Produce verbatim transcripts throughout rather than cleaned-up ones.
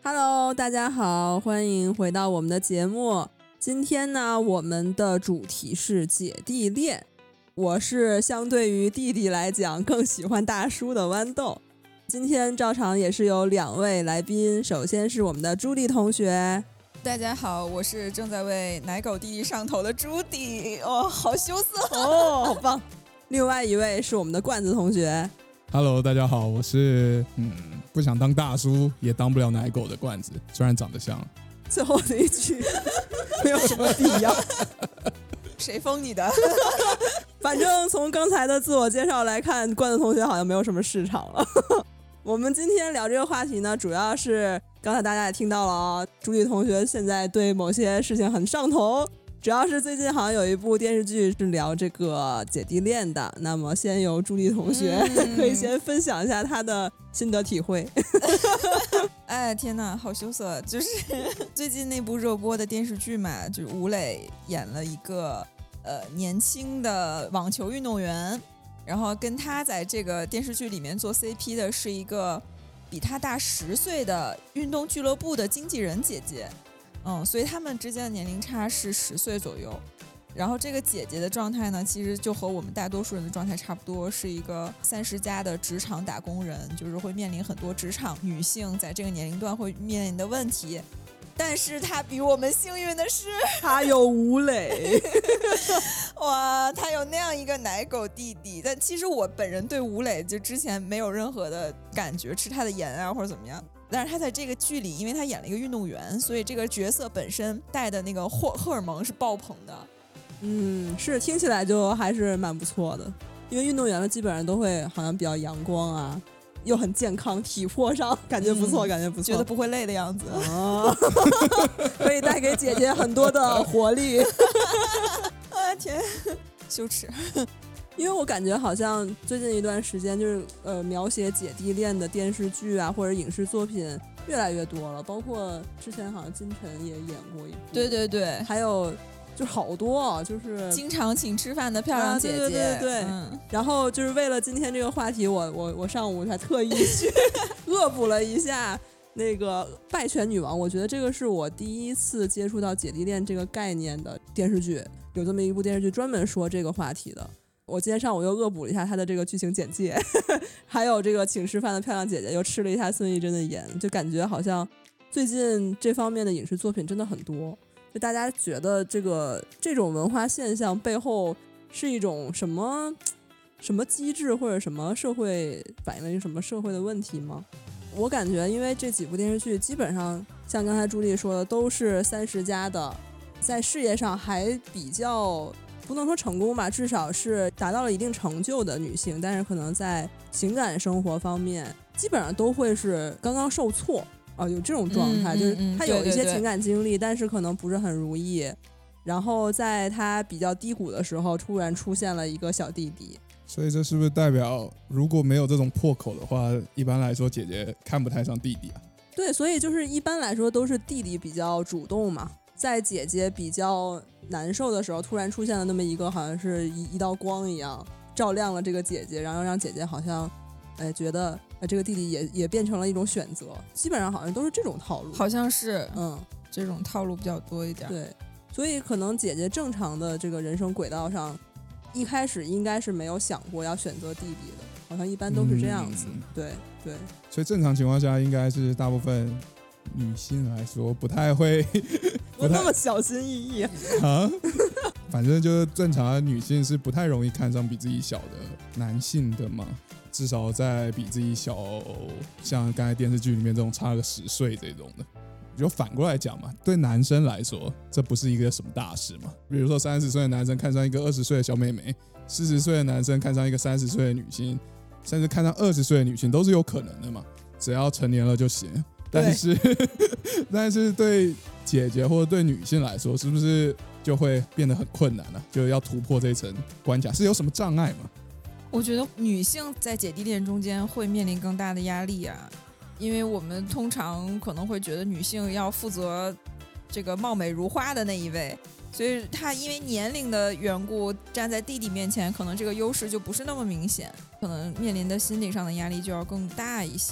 Hello， 大家好，欢迎回到我们的节目。今天呢，我们的主题是姐弟恋。我是相对于弟弟来讲更喜欢大叔的豌豆。今天照常也是有两位来宾，首先是我们的朱迪同学。 大家好，我是正在为奶狗弟弟上头的朱迪。哦，好羞涩哦，好棒。另外一位是我们的罐子同学。 Hello， 大家好，我是嗯不想当大叔也当不了奶狗的罐子，虽然长得像。 最后的一句没有什么必要。 谁封你的？ 反正从刚才的自我介绍来看，罐子同学好像没有什么市场了。我们今天聊这个话题呢，主要是刚才大家也听到了啊，朱迪同学现在对某些事情很上头。主要是最近好像有一部电视剧是聊这个姐弟恋的，那么先由朱莉同学、嗯、可以先分享一下他的心得体会。 哎，天哪，好羞涩！就是最近那部热播的电视剧嘛，就是吴磊演了一个呃年轻的网球运动员，然后跟他在这个电视剧里面做 C P 的是一个比他大十岁的运动俱乐部的经纪人姐姐。嗯，所以他们之间的年龄差是十岁左右，然后这个姐姐的状态呢，其实就和我们大多数人的状态差不多，是一个三十加的职场打工人，就是会面临很多职场女性在这个年龄段会面临的问题。但是她比我们幸运的是， 她有吴磊。 哇，她有那样一个奶狗弟弟。但其实我本人对吴磊就之前没有任何的感觉，吃他的盐啊或者怎么样。但是他在这个剧里，因为他演了一个运动员，所以这个角色本身带的那个荷荷尔蒙是爆棚的。 嗯，是听起来就还是蛮不错的。因为运动员们基本上都会好像比较阳光啊，又很健康，体魄上感觉不错、嗯、感觉不错， 觉得不会累的样子。 哦，可以带给姐姐很多的活力。 啊天，羞耻。 因为我感觉好像最近一段时间就是呃描写姐弟恋的电视剧啊或者影视作品越来越多了，包括之前好像金晨也演过一部， 对对对， 还有就好多啊，就是经常请吃饭的漂亮姐姐， 啊、对对对 对, 对、 嗯、 然后就是为了今天这个话题，我我我上午还特意去恶补了一下那个拜权女王，我觉得这个是我第一次接触到姐弟恋这个概念的电视剧，有这么一部电视剧专门说这个话题的。我今天上午又恶补了一下他的这个剧情简介，还有这个请吃饭的漂亮姐姐，又吃了一下孙艺珍的颜，就感觉好像最近这方面的影视作品真的很多。就大家觉得这个这种文化现象背后是一种什么什么机制，或者什么社会反映了一个什么社会的问题吗？我感觉因为这几部电视剧基本上像刚才朱莉说的都是三十加的，在事业上还比较不能说成功吧，至少是达到了一定成就的女性，但是可能在情感生活方面基本上都会是刚刚受挫啊，有这种状态、嗯、就是她有一些情感经历、嗯、对对对，但是可能不是很如意，然后在她比较低谷的时候突然出现了一个小弟弟。 所以这是不是代表如果没有这种破口的话，一般来说姐姐看不太上弟弟啊？ 对，所以就是一般来说都是弟弟比较主动嘛，在姐姐比较难受的时候突然出现了那么一个好像是 一, 一道光一样照亮了这个姐姐，然后让姐姐好像哎觉得、哎、这个弟弟也也变成了一种选择，基本上好像都是这种套路， 好像是嗯这种套路比较多一点。 对，所以可能姐姐正常的这个人生轨道上一开始应该是没有想过要选择弟弟的，好像一般都是这样子、嗯、对对， 所以正常情况下应该是大部分女性来说不太会我那么小心翼翼啊，反正就是正常的女性是不太容易看上比自己小的男性的嘛，至少在比自己小，像刚才电视剧里面这种差个十岁这种的。就反过来讲嘛，对男生来说这不是一个什么大事嘛，比如说三十岁的男生看上一个二十岁的小妹妹，四十岁的男生看上一个三十岁的女性，甚至看上二十岁的女性都是有可能的嘛，只要成年了就行。但是但是对姐姐或者对女性来说是不是就会变得很困难呢、啊？就要突破这一层关卡，是有什么障碍吗？ 我觉得女性在姐弟恋中间会面临更大的压力啊，因为我们通常可能会觉得女性要负责这个貌美如花的那一位，所以她因为年龄的缘故站在弟弟面前，可能这个优势就不是那么明显，可能面临的心理上的压力就要更大一些。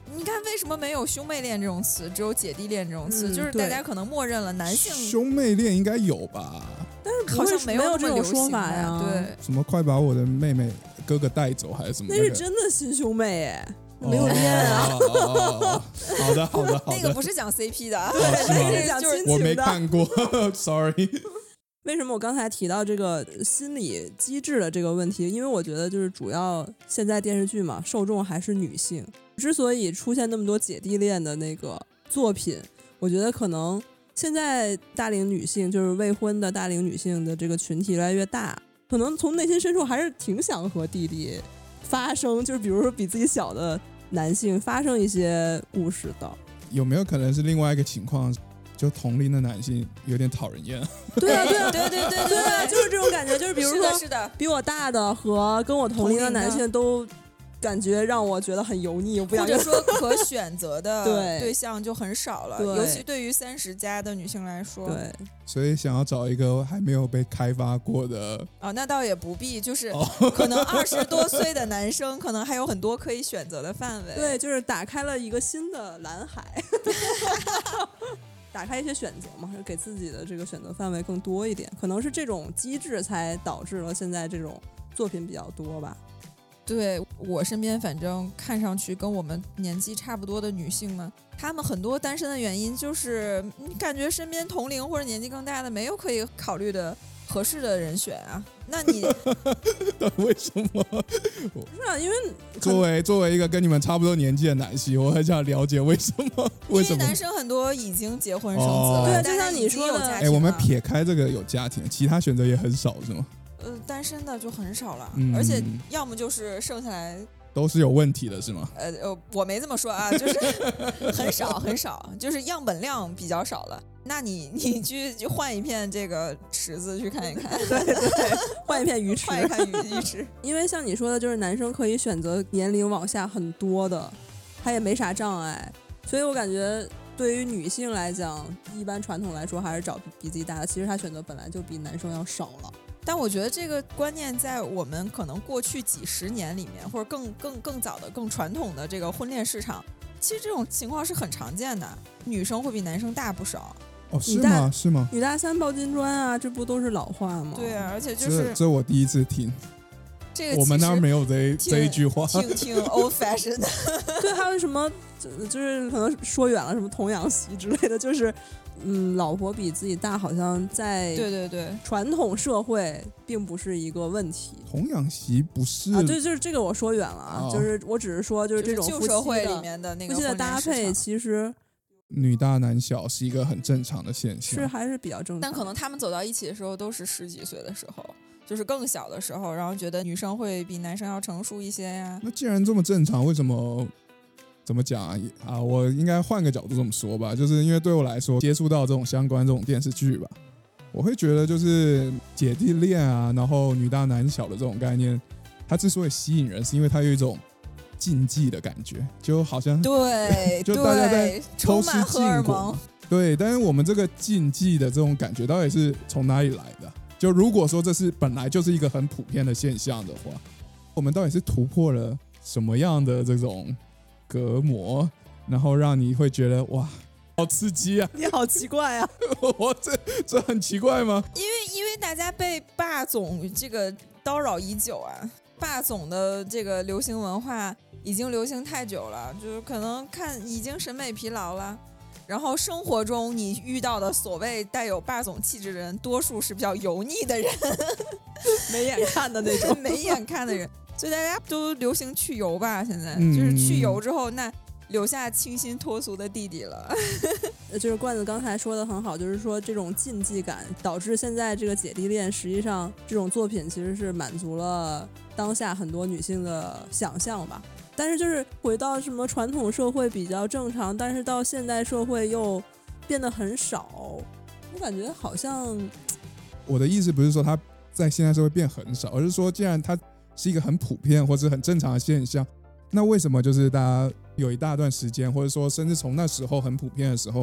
你看为什么没有兄妹恋这种词，只有姐弟恋这种词？ 嗯就是大家可能默认了男性兄妹恋应该有吧？ 但是好像没有这种有这么流说法行呀。 对， 什么快把我的妹妹哥哥带走还是什么、那个？ 那是真的亲兄妹哎，没有恋啊。 哦哦哦哦好的好的好的， 那个不是讲 C P 的， 对， 哦是吗那是讲亲情的。 我没看过，sorry。 为什么我刚才提到这个心理机制的这个问题？因为我觉得就是主要现在电视剧嘛，受众还是女性。之所以出现那么多姐弟恋的那个作品，我觉得可能现在大龄女性，就是未婚的大龄女性的这个群体越来越大，可能从内心深处还是挺想和弟弟发生，就是比如说比自己小的男性发生一些故事的。 有没有可能是另外一个情况？就同龄的男性有点讨人厌。 对啊，对啊， 对对对对啊，就是这种感觉。就是比如说， 是的， 比我大的和跟我同龄的男性都感觉让我觉得很油腻，我不想。 或者说可选择的对对象就很少了，尤其对于三十加的女性来说。 对， 所以想要找一个还没有被开发过的哦，那倒也不必，就是哦可能二十多岁的男生，可能还有很多可以选择的范围。 对，就是打开了一个新的蓝海。打开一些选择嘛，给自己的这个选择范围更多一点，可能是这种机制才导致了现在这种作品比较多吧。 对，我身边反正看上去跟我们年纪差不多的女性们，她们很多单身的原因就是你感觉身边同龄或者年纪更大的没有可以考虑的合适的人选啊。那你为什么？ 不是啊，因为作为作为一个跟你们差不多年纪的男性，我很想了解为什么？为什么？ 因为男生很多已经结婚生子了， 哦对，就像你说的， 哎，我们撇开这个有家庭，其他选择也很少，是吗？ 呃，单身的就很少了， 嗯、 而且要么就是剩下来都是有问题的，是吗？ 呃呃，我没这么说啊，就是很少很少，就是样本量比较少了。那你你去就换一片这个池子去看一看， 对对，换一片鱼池， 换一看鱼鱼池。 因为像你说的，就是男生可以选择年龄往下很多的，他也没啥障碍，所以我感觉对于女性来讲，一般传统来说还是找比自己大的，其实他选择本来就比男生要少了。 但我觉得这个观念在我们可能过去几十年里面，或者更更更早的、更传统的这个婚恋市场，其实这种情况是很常见的，女生会比男生大不少。 哦，是吗？是吗？ 女大三抱金砖啊，这不都是老话吗？ 对啊，而且就是这这我第一次听。 这个我们那儿没有这这一句话， 挺挺 old fashioned 的。 对，还有什么就是可能说远了，什么童养媳之类的，就是嗯，老婆比自己大，好像在对对对传统社会并不是一个问题。 童养媳不是啊，对，就是这个我说远了啊， 哦、 就是我只是说，就是这种旧社会里面的那个夫妻的搭配，其实女大男小是一个很正常的现象， 是还是比较正常。 但可能他们走到一起的时候都是十几岁的时候。就是更小的时候，然后觉得女生会比男生要成熟一些呀。 那既然这么正常，为什么怎么讲啊？啊，我应该换个角度这么说吧，就是因为对我来说，接触到这种相关这种电视剧吧，我会觉得就是姐弟恋啊，然后女大男小的这种概念，它之所以吸引人，是因为它有一种禁忌的感觉，就好像对， 就大家在充满荷尔蒙。 对，但是我们这个禁忌的这种感觉，到底是从哪里来的？就如果说这是本来就是一个很普遍的现象的话，我们到底是突破了什么样的这种隔膜，然后让你会觉得哇，好刺激啊！ 你好奇怪啊！ 我这这很奇怪吗？ 因为因为大家被霸总这个叨扰已久啊，霸总的这个流行文化已经流行太久了，就是可能看已经审美疲劳了。然后生活中你遇到的所谓带有霸总气质的人，多数是比较油腻的人， 没眼看的那种， 没眼看的人，所以大家都流行去油吧。现在、 嗯、 就是去油之后，那留下清新脱俗的弟弟了。 就是罐子刚才说的很好，就是说这种禁忌感导致现在这个姐弟恋，实际上这种作品其实是满足了当下很多女性的想象吧。但是就是回到什么传统社会比较正常，但是到现代社会又变得很少，我感觉好像。 我的意思不是说它在现代社会变很少，而是说既然它是一个很普遍或者很正常的现象，那为什么就是大家有一大段时间，或者说甚至从那时候很普遍的时候，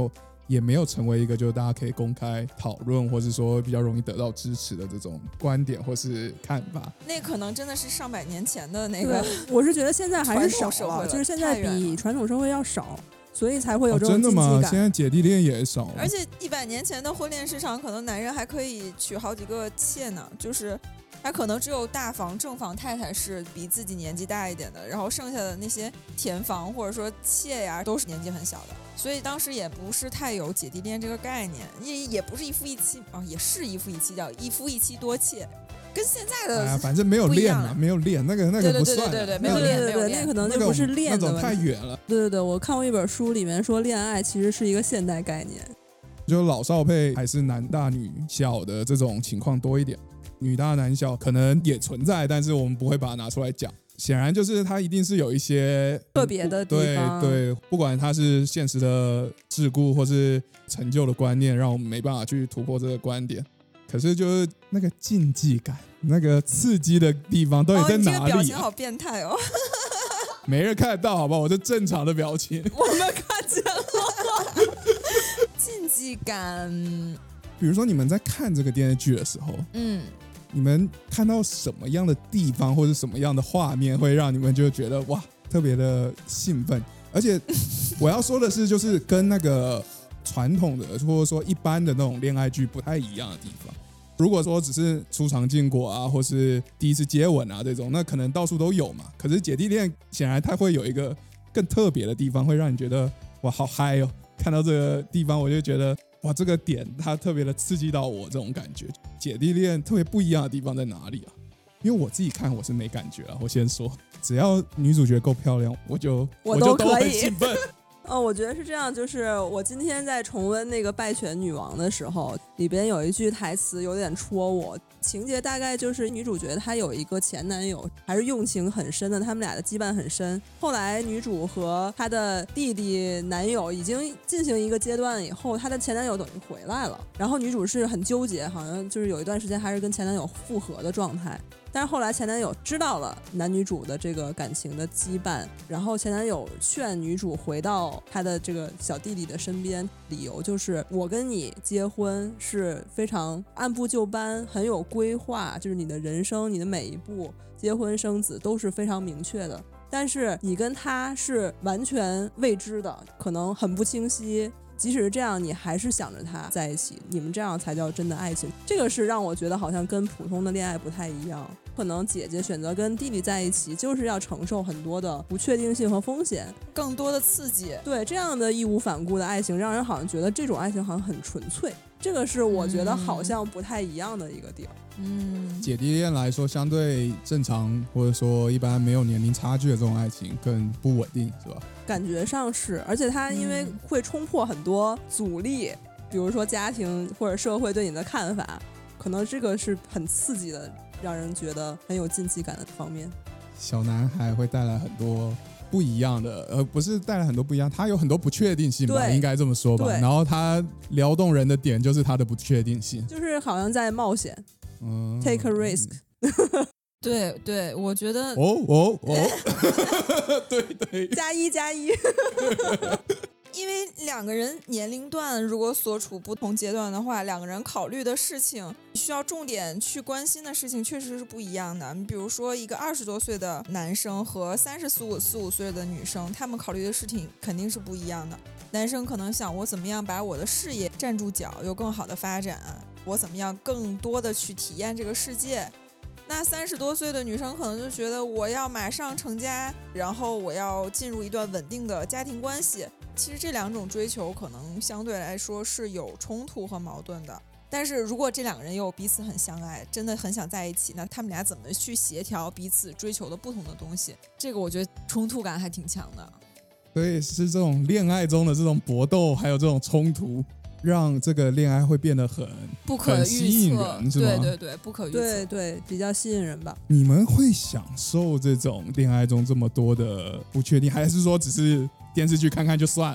也没有成为一个就是大家可以公开讨论，或是说比较容易得到支持的这种观点或是看法。 那可能真的是上百年前的那个， 我是觉得现在还是少了， 了就是现在比传统社会要少，所以才会有这种哦、真的吗？现在姐弟恋也少了， 而且一百年前的婚恋市场，可能男人还可以娶好几个妾呢，就是他可能只有大房正房太太是比自己年纪大一点的，然后剩下的那些田房或者说妾呀都是年纪很小的，所以当时也不是太有姐弟恋这个概念，也也不是一夫一妻哦，也是一夫一妻，叫一夫一妻多妾。跟现在的、 哎、反正没有练了，没有练那个那个不算， 对对对对， 没有练，对对对，那可能就不是练的那种太远了。 对对对，我看过一本书，里面说恋爱其实是一个现代概念， 就老少配还是男大女小的这种情况多一点，女大男小可能也存在，但是我们不会把它拿出来讲。显然就是它一定是有一些特别的地方， 对对，不管它是现实的桎梏或是陈旧的观念，让我们没办法去突破这个观点。可是就是那个禁忌感，那个刺激的地方到底在哪里、啊？哦、 你这个表情好变态哦！ 没人看得到，好不好？我是正常的表情。 我们看见了禁忌感。 比如说你们在看这个电视剧的时候， 嗯， 你们看到什么样的地方或者什么样的画面会让你们就觉得哇特别的兴奋？而且我要说的是，就是跟那个传统的或者说一般的那种恋爱剧不太一样的地方。如果说只是初尝禁果啊，或是第一次接吻啊这种，那可能到处都有嘛。可是姐弟恋显然它会有一个更特别的地方，会让你觉得哇好嗨哦！看到这个地方我就觉得哇这个点它特别的刺激到我这种感觉。姐弟恋特别不一样的地方在哪里啊？因为我自己看我是没感觉啊，我先说，只要女主角够漂亮，我就我都可以， 我就都很兴奋。 嗯，我觉得是这样，就是我今天在重温那个《拜权女王》的时候，里边有一句台词有点戳我，情节大概就是女主角她有一个前男友，还是用情很深的，他们俩的羁绊很深。后来女主和她的弟弟男友已经进行一个阶段以后，她的前男友等于回来了，然后女主是很纠结，好像就是有一段时间还是跟前男友复合的状态。但是后来前男友知道了男女主的这个感情的羁绊，然后前男友劝女主回到他的这个小弟弟的身边，理由就是我跟你结婚是非常按部就班，很有规划，就是你的人生你的每一步结婚生子都是非常明确的，但是你跟他是完全未知的，可能很不清晰，即使是这样你还是想着他在一起，你们这样才叫真的爱情。这个是让我觉得好像跟普通的恋爱不太一样，可能姐姐选择跟弟弟在一起就是要承受很多的不确定性和风险， 更多的刺激。 对，这样的义无反顾的爱情让人好像觉得这种爱情好像很纯粹，这个是我觉得好像不太一样的一个地儿。 嗯， 姐弟恋来说相对正常或者说一般没有年龄差距的这种爱情更不稳定是吧？ 感觉上是，而且它因为会冲破很多阻力、嗯、比如说家庭或者社会对你的看法，可能这个是很刺激的，让人觉得很有禁忌感的方面。 小男孩会带来很多不一样的，呃，不是带来很多不一样，他有很多不确定性吧，应该这么说吧。然后他撩动人的点就是他的不确定性， 就是好像在冒险、嗯、，take a risk 对对，我觉得哦哦哦，对对， 加一加一。 因为两个人年龄段如果所处不同阶段的话，两个人考虑的事情需要重点去关心的事情确实是不一样的。你比如说一个二十多岁的男生和三十四五四五岁的女生，他们考虑的事情肯定是不一样的。男生可能想我怎么样把我的事业站住脚，有更好的发展，我怎么样更多的去体验这个世界。那三十多岁的女生可能就觉得我要马上成家，然后我要进入一段稳定的家庭关系。其实这两种追求可能相对来说是有冲突和矛盾的，但是如果这两个人又彼此很相爱，真的很想在一起，那他们俩怎么去协调彼此追求的不同的东西，这个我觉得冲突感还挺强的。 所以是这种恋爱中的这种搏斗还有这种冲突，让这个恋爱会变得很不可预测， 很吸引人，是吗？ 对对对，不可预测， 对对，比较吸引人吧。 你们会享受这种恋爱中这么多的不确定，还是说只是电视剧看看就算了？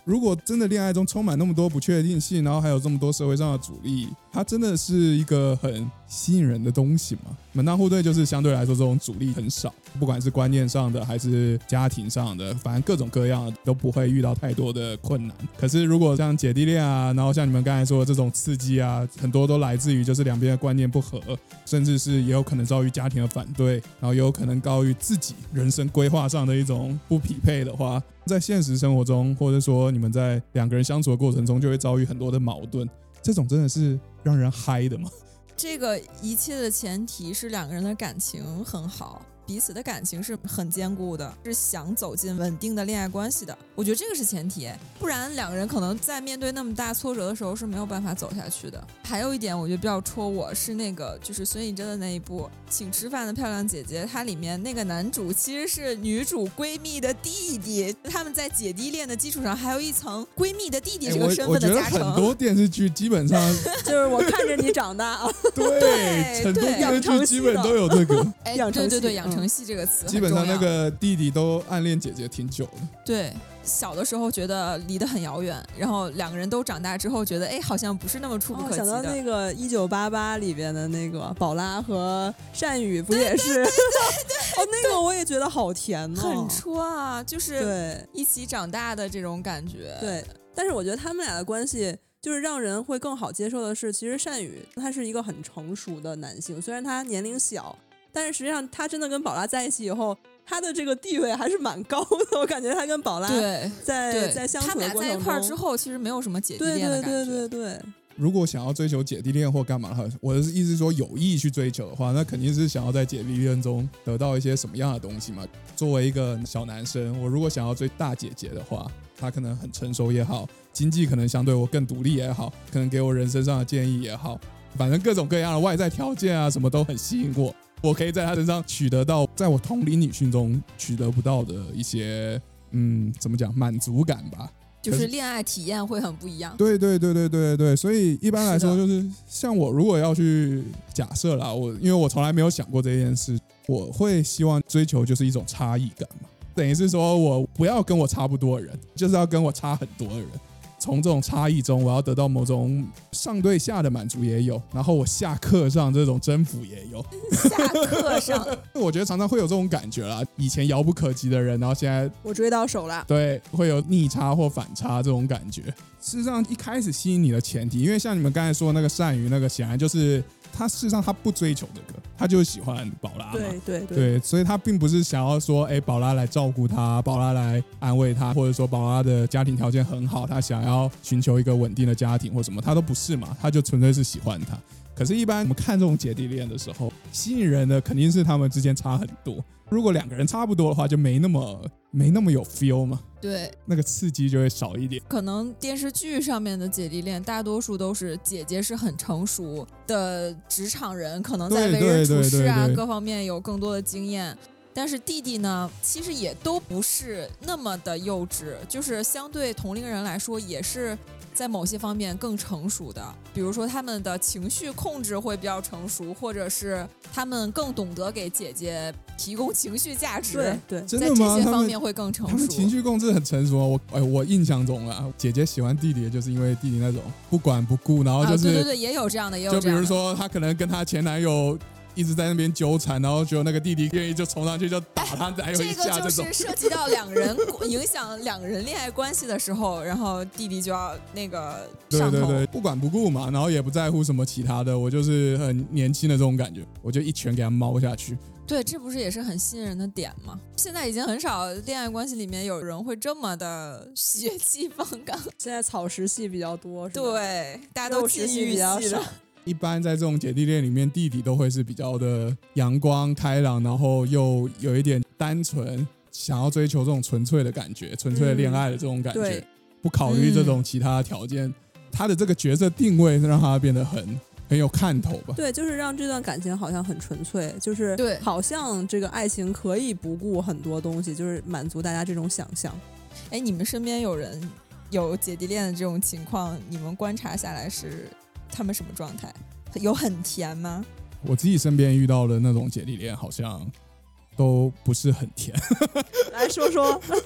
如果真的恋爱中充满那么多不确定性，然后还有这么多社会上的阻力，它真的是一个很吸引人的东西吗？门当户对就是相对来说这种阻力很少，不管是观念上的还是家庭上的，反正各种各样的都不会遇到太多的困难。可是如果像姐弟恋啊，然后像你们刚才说的这种刺激啊，很多都来自于就是两边的观念不合，甚至是也有可能遭遇家庭的反对，然后也有可能遭遇自己人生规划上的一种不匹配的话，在现实生活中，或者说你们在两个人相处的过程中，就会遭遇很多的矛盾。这种真的是让人嗨的吗？ 这个一切的前提是两个人的感情很好，彼此的感情是很坚固的，是想走进稳定的恋爱关系的。我觉得这个是前提，不然两个人可能在面对那么大挫折的时候是没有办法走下去的。还有一点我觉得比较戳我是那个就是孙艺珍的那一部《请吃饭的漂亮姐姐》，它里面那个男主其实是女主闺蜜的弟弟，他们在姐弟恋的基础上还有一层闺蜜的弟弟这个身份的加成。 欸、我, 我觉得很多电视剧基本上就是我看着你长大啊。 对，很多电视剧基本都有这个。 哎，对对对，养成系这个词、嗯、 基本上那个弟弟都暗恋姐姐挺久了。 对，小的时候觉得离得很遥远，然后两个人都长大之后觉得哎，好像不是那么触不可及的。 哦、想到那个一九八八里边的那个宝拉和单宇不也是？哦，那个我也觉得好甜哦， 很戳啊，就是对一起长大的这种感觉。 对，但是我觉得他们俩的关系就是让人会更好接受的是，其实单宇他是一个很成熟的男性，虽然他年龄小，但是实际上他真的跟宝拉在一起以后，他的这个地位还是蛮高的。我感觉他跟宝拉在在相处的过程中，他们俩在一块儿之后，其实没有什么姐弟恋的感觉。 对对对对对。 如果想要追求姐弟恋或干嘛的话，我的意思是说有意去追求的话，那肯定是想要在姐弟恋中得到一些什么样的东西嘛。作为一个小男生，我如果想要追大姐姐的话，她可能很成熟也好，经济可能相对我更独立也好，可能给我人生上的建议也好，反正各种各样的外在条件啊，什么都很吸引我。我可以在她身上取得到在我同龄女性中取得不到的一些嗯，怎么讲满足感吧。 就是恋爱体验会很不一样。 对对对对对对，所以一般来说就是像我如果要去假设啦，我因为我从来没有想过这件事，我会希望追求就是一种差异感嘛，等于是说我不要跟我差不多的人，就是要跟我差很多的人。从这种差异中，我要得到某种上对下的满足也有，然后我下课上这种征服也有。 下课上， 我觉得常常会有这种感觉啦。以前遥不可及的人，然后现在我追到手了。 对，会有逆差或反差这种感觉。事实上，一开始吸引你的前提，因为像你们刚才说的那个单宇，那个显然就是他事实上他不追求这个，他就喜欢宝拉嘛。 对对 对, 对，所以他并不是想要说，哎，宝拉来照顾他，宝拉来安慰他，或者说宝拉的家庭条件很好，他想要寻求一个稳定的家庭或什么，他都不是嘛，他就纯粹是喜欢他。可是，一般我们看这种姐弟恋的时候，吸引人的肯定是他们之间差很多。如果两个人差不多的话，就没那么没那么有 feel 嘛。 对， 那个刺激就会少一点。 可能电视剧上面的姐弟恋，大多数都是姐姐是很成熟的职场人，可能在为人处事啊各方面有更多的经验。但是弟弟呢，其实也都不是那么的幼稚，就是相对同龄人来说，也是在某些方面更成熟的。比如说他们的情绪控制会比较成熟，或者是他们更懂得给姐姐提供情绪价值。 对对， 真的吗？ 在这些方面会更成熟。 他们情绪控制很成熟啊！我哎，我印象中啊，姐姐喜欢弟弟，就是因为弟弟那种不管不顾，然后就是、 啊、对对对，也有这样的，也有这样的。 就比如说，她可能跟她前男友一直在那边纠缠，然后觉得那个弟弟愿意就冲上去就打他男友一下， 这个就是涉及到两人影响两人恋爱关系的时候，然后弟弟就要那个上头， 对对对，不管不顾嘛，然后也不在乎什么其他的，我就是很年轻的这种感觉，我就一拳给他猫下去。 对，这不是也是很吸引人的点吗？现在已经很少恋爱关系里面有人会这么的血气方刚， 现在草食系比较多，是吧？ 对，大家都禁欲系了。 一般在这种姐弟恋里面，弟弟都会是比较的阳光开朗，然后又有一点单纯，想要追求这种纯粹的感觉，纯粹的恋爱的这种感觉， 嗯、 不考虑这种其他条件、嗯。他的这个角色定位让他变得很很有看头吧？ 对，就是让这段感情好像很纯粹，就是对，好像这个爱情可以不顾很多东西，就是满足大家这种想象。 哎，你们身边有人有姐弟恋的这种情况，你们观察下来是他们什么状态？有很甜吗？ 我自己身边遇到的那种姐弟恋好像都不是很甜。 来说说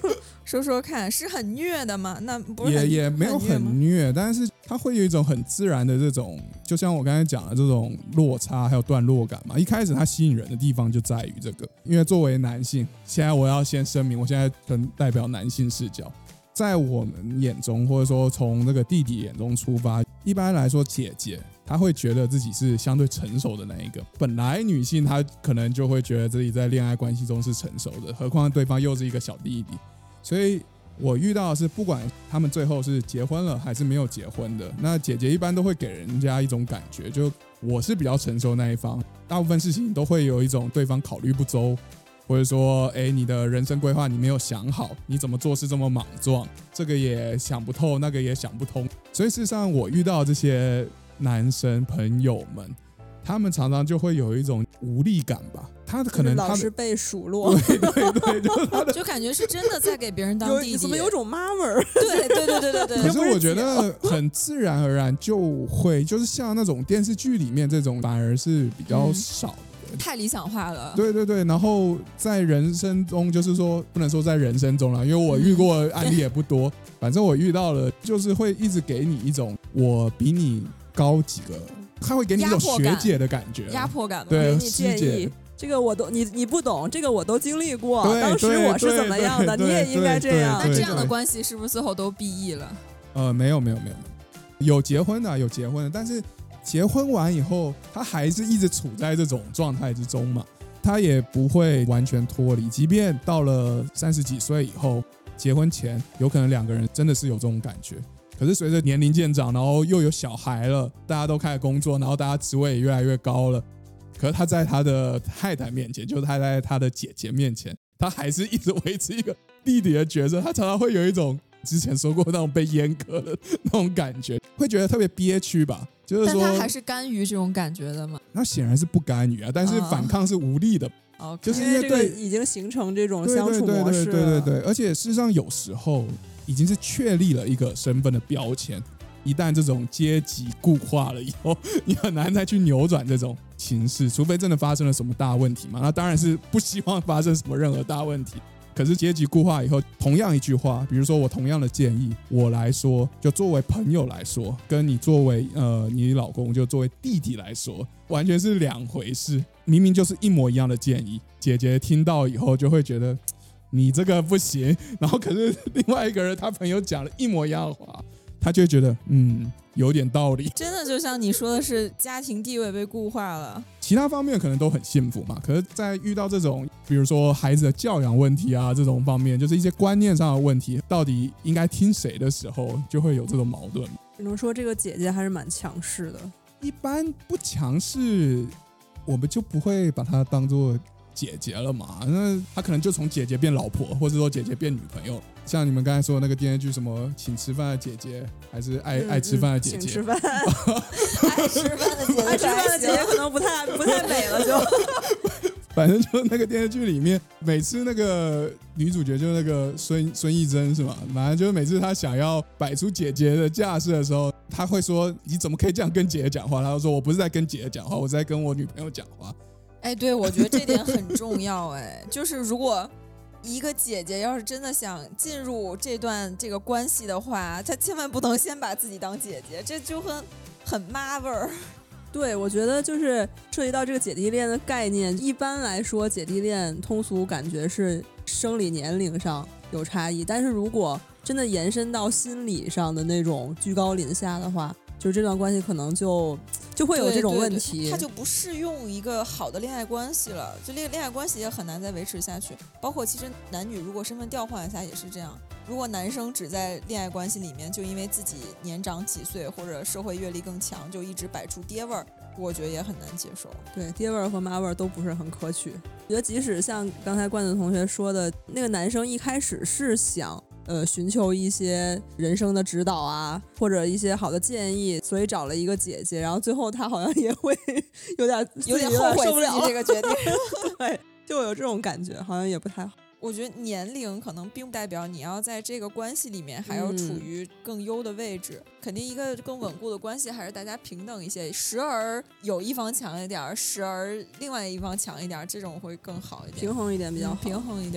说说看，是很虐的吗？那不是也很也没有很很虐，但是它会有一种很自然的这种，就像我刚才讲的这种落差还有段落感嘛。一开始它吸引人的地方就在于这个，因为作为男性，现在我要先声明，我现在可能代表男性视角，在我们眼中，或者说从那个弟弟眼中出发，一般来说姐姐她会觉得自己是相对成熟的那一个。本来女性她可能就会觉得自己在恋爱关系中是成熟的，何况对方又是一个小弟弟。所以我遇到的是，不管他们最后是结婚了还是没有结婚的，那姐姐一般都会给人家一种感觉，就我是比较成熟那一方，大部分事情都会有一种对方考虑不周，或者说哎，你的人生规划你没有想好，你怎么做事这么莽撞，这个也想不透，那个也想不通。所以事实上我遇到这些男生朋友们，他们常常就会有一种无力感吧，他可能他老是被数落， 对对对，就他的就感觉是真的在给别人当弟弟， 怎么有种妈味儿？ 对对对对对对。 可是我觉得很自然而然就会，就是像那种电视剧里面这种，反而是比较少的。 嗯，太理想化了。 对对对，然后在人生中，就是说不能说在人生中了，因为我遇过的案例也不多，嗯、反正我遇到了，就是会一直给你一种我比你高几个。他会给你一种学姐的感觉， 压迫感， 对， 你建议这个我都你你不懂，这个我都经历过，当时我是怎么样的，你也应该这样。 那这样的关系是不是最后都 B E 了？ 呃，没有没有没有，有结婚的有结婚的，但是结婚完以后，他还是一直处在这种状态之中嘛，他也不会完全脱离，即便到了三十几岁以后，结婚前有可能两个人真的是有这种感觉。可是随着年龄渐长，然后又有小孩了，大家都开始工作，然后大家职位也越来越高了。可是他在他的太太面前，就是他在他的姐姐面前，他还是一直维持一个弟弟的角色。他常常会有一种之前说过那种被阉割的那种感觉，会觉得特别憋屈吧。就是说， 但他还是甘于这种感觉的吗？ 那显然是不甘于啊，但是反抗是无力的。 哦、 就是因为对已经形成这种相处模式了。 对对对对对对，而且事实上有时候已经是确立了一个身份的标签，一旦这种阶级固化了以后，你很难再去扭转这种情势，除非真的发生了什么大问题嘛。那当然是不希望发生什么任何大问题。可是阶级固化以后，同样一句话，比如说我同样的建议，我来说，就作为朋友来说，跟你作为呃你老公就作为弟弟来说，完全是两回事。明明就是一模一样的建议，姐姐听到以后就会觉得你这个不行，然后可是另外一个人他朋友讲了一模一样的话，他就会觉得嗯有点道理。 真的就像你说的是家庭地位被固化了， 其他方面可能都很幸福嘛，可是在遇到这种比如说孩子的教养问题啊这种方面，就是一些观念上的问题，到底应该听谁的时候，就会有这种矛盾。 只能说这个姐姐还是蛮强势的， 一般不强势我们就不会把她当作姐姐了嘛，那她可能就从姐姐变老婆，或者说姐姐变女朋友。像你们刚才说的那个电视剧，什么请吃饭的姐姐，还是爱、嗯、爱吃饭的姐姐？ 请吃饭， 爱吃饭的姐姐， 爱吃饭的姐姐可能不太不太美了就。 反正就那个电视剧里面，每次那个女主角就是那个孙孙艺珍是吗？反正就是每次她想要摆出姐姐的架势的时候，她会说：“你怎么可以这样跟姐姐讲话？”她就说：“我不是在跟姐姐讲话，我是在跟我女朋友讲话。” 哎，对，我觉得这点很重要。哎，就是如果一个姐姐要是真的想进入这段这个关系的话，她千万不能先把自己当姐姐，这就很很妈味儿。 对，我觉得就是涉及到这个姐弟恋的概念，一般来说姐弟恋通俗感觉是生理年龄上有差异，但是如果真的延伸到心理上的那种居高临下的话，就是这段关系可能就就会有这种问题， 对对对，它就不适用一个好的恋爱关系了，就恋恋爱关系也很难再维持下去。包括其实男女如果身份调换一下也是这样，如果男生只在恋爱关系里面就因为自己年长几岁或者社会阅历更强，就一直摆出爹味儿，我觉得也很难接受。 对，爹味儿和妈味儿都不是很可取。我觉得即使像刚才罐子同学说的，那个男生一开始是想呃，寻求一些人生的指导啊，或者一些好的建议，所以找了一个姐姐，然后最后他好像也会有点有点后悔受不了这个决定， 对，就有这种感觉，好像也不太好。 我觉得年龄可能并不代表你要在这个关系里面还要处于更优的位置，嗯、肯定一个更稳固的关系还是大家平等一些，时而有一方强一点，时而另外一方强一点，这种会更好一点， 平衡一点比较好， 嗯、平衡一点。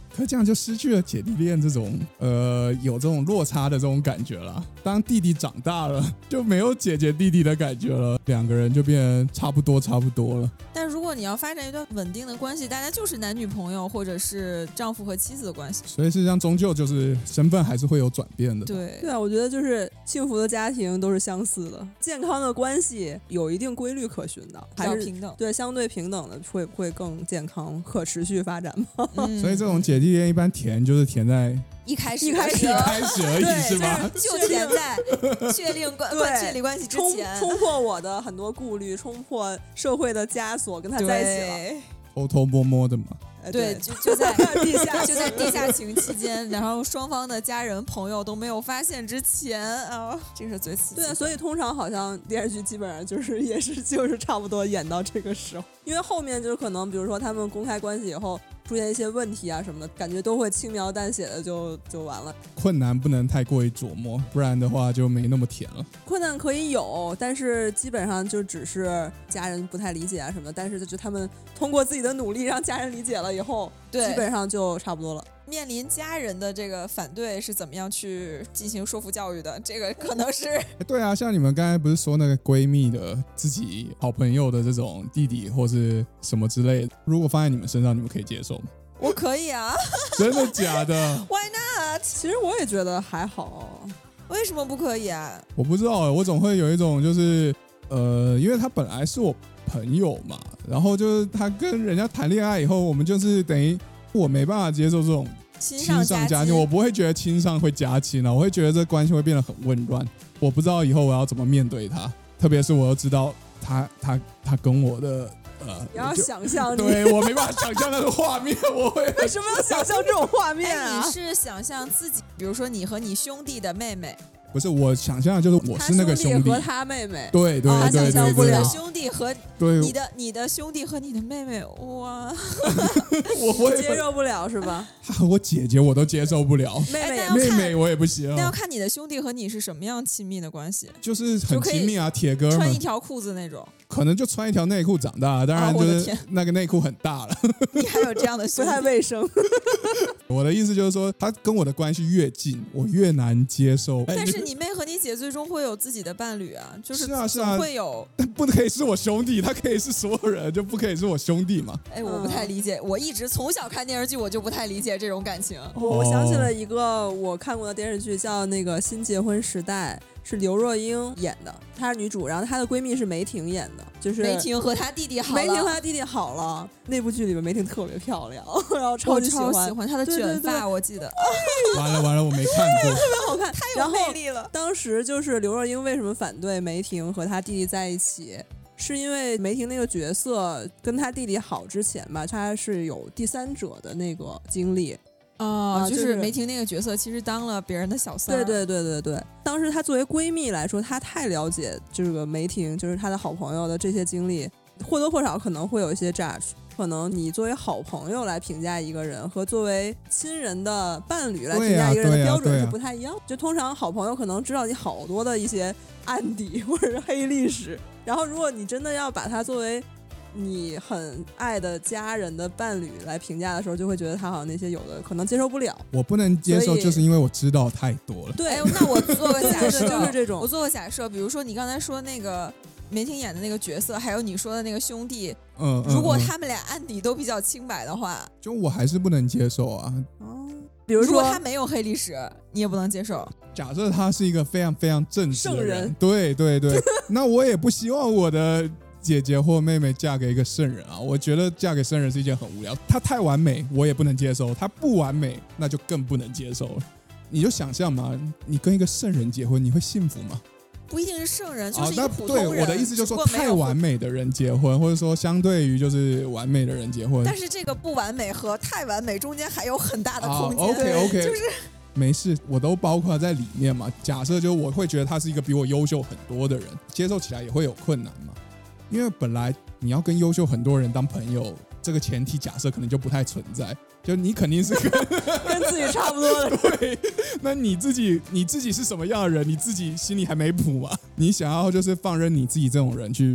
可这样就失去了姐弟恋这种呃有这种落差的这种感觉了。当弟弟长大了，就没有姐姐弟弟的感觉了，两个人就变成差不多差不多了。 但如果你要发展一段稳定的关系，大家就是男女朋友或者是丈夫和妻子的关系， 所以实际上终究就是身份还是会有转变的。 对对啊，我觉得就是幸福的家庭都是相似的，健康的关系有一定规律可循的， 比还是较平等。 对相对平等的会会更健康可持续发展嘛。 嗯所以这种姐弟恋一般甜就是甜在一开始一开始一开始而已， 对是吧？ 就填在确定关对关确立关系之冲前， 冲破我的很多顾虑，冲破社会的枷锁，跟他在一起了。 对偷偷摸摸的嘛。 哎对，就就在地下就在地下情期间，然后双方的家人朋友都没有发现之前啊，这是最刺激的。 对啊，所以通常好像电视剧基本上就是也是就是差不多演到这个时候，因为后面就是可能比如说他们公开关系以后出现一些问题啊什么的，感觉都会轻描淡写的就就完了。 困难不能太过于琢磨，不然的话就没那么甜了。 困难可以有，但是基本上就只是家人不太理解啊什么的，但是就他们通过自己的努力让家人理解了以后， 对基本上就差不多了。 面临家人的这个反对是怎么样去进行说服教育的？这个可能是对啊，像你们刚才不是说那个闺蜜的自己好朋友的这种弟弟或是什么之类的，如果放在你们身上，你们可以接受吗？ 我可以啊真的假的？ ，Why not？ 其实我也觉得还好， 为什么不可以啊？ 我不知道欸，我总会有一种就是呃，因为他本来是我朋友嘛，然后就是他跟人家谈恋爱以后，我们就是等于我没办法接受这种亲亲上加亲， 上加亲，我不会觉得亲上会加亲啊，我会觉得这关系会变得很混乱。我不知道以后我要怎么面对他，特别是我又知道他他他跟我的呃， 你要就想象你对我没办法想象那个画面，我会为什么要想象这种画面哎， 啊你？是想象自己，比如说你和你兄弟的妹妹， 不是我想象的就是我是那个他兄弟， 和他妹妹， 对对啊对对对想象不了自己的对兄弟和对， 你的你的兄弟和你的妹妹，哇， 我会接受不了是吧？ 他和我姐姐我都接受不了， 妹妹也哎那要看妹妹我也不行那要啊， 看你的兄弟和你是什么样亲密的关系， 就是很亲密啊，铁哥们穿一，条裤子那种， 可能就穿一条内裤长大，当然就是啊我的天那个内裤很大了。 你还有这样的不太兄弟？ 卫生。 我的意思就是说，他跟我的关系越近，我越难接受。哎但是你妹和你姐最终会有自己的伴侣啊，就是是啊是啊总会有。 但不可以是我兄弟，他可以是所有人，就不可以是我兄弟嘛？ 哎，我不太理解，我一直从小看电视剧，我就不太理解这种感情。 我我想起了一个我看过的电视剧，叫那个《新结婚时代》，是刘若英演的，她是女主，然后她的闺蜜是梅婷演的，就是梅婷和她弟弟好了， 梅婷和她弟弟好了。那部剧里面梅婷特别漂亮，然后超我级喜欢， 超喜欢她的对对卷发， 对我记得完了完了，我没看过。 特别好看， 太然后有魅力了。 当时就是刘若英为什么反对梅婷和她弟弟在一起，是因为梅婷那个角色跟她弟弟好之前吧，她是有第三者的那个经历。 哦，就就是是梅婷那个角色，其实当了别人的小三儿。 对对对对对，当时她作为闺蜜来说，她太了解这个梅婷，就是她的好朋友的这些经历，或多或少可能会有一些 judge。可能你作为好朋友来评价一个人，和作为亲人的伴侣来评价一个人的标准是不太一样。就通常好朋友可能知道你好多的一些案底或者是黑历史，然后如果你真的要把他作为你很爱的家人的伴侣来评价的时候，就会觉得他好像那些有的可能接受不了。 我不能接受， 所以就是因为我知道太多了。 对， 哎，那我做个假对设， 对就是这种我做个假设，比如说你刚才说那个梅婷演的那个角色，还有你说的那个兄弟， 嗯，嗯如果嗯他们俩案底都比较清白的话， 就我还是不能接受啊。 哦，比如如果说他没有黑历史，你也不能接受。 假设他是一个非常非常正直的圣人对对对，那我也不希望我的姐姐或妹妹嫁给一个圣人啊。我觉得嫁给圣人是一件很无聊，他太完美我也不能接受，他不完美那就更不能接受了。你就想象嘛，你跟一个圣人结婚，你会幸福吗？ 不一定是圣人，就啊是一，个那普通人。 对我的意思就是说， 只不过没有太完美的人结婚，或者说相对于就是完美的人结婚， 但是这个不完美和太完美中间还有很大的啊空间。 OK OK， 就是没事，我都包括在里面嘛。假设就我会觉得他是一个比我优秀很多的人，接受起来也会有困难嘛。因为本来你要跟优秀很多人当朋友，这个前提假设可能就不太存在。就你肯定是跟跟自己差不多的。 对，那你自己你自己是什么样的人，你自己心里还没谱嘛？你想要就是放任你自己这种人去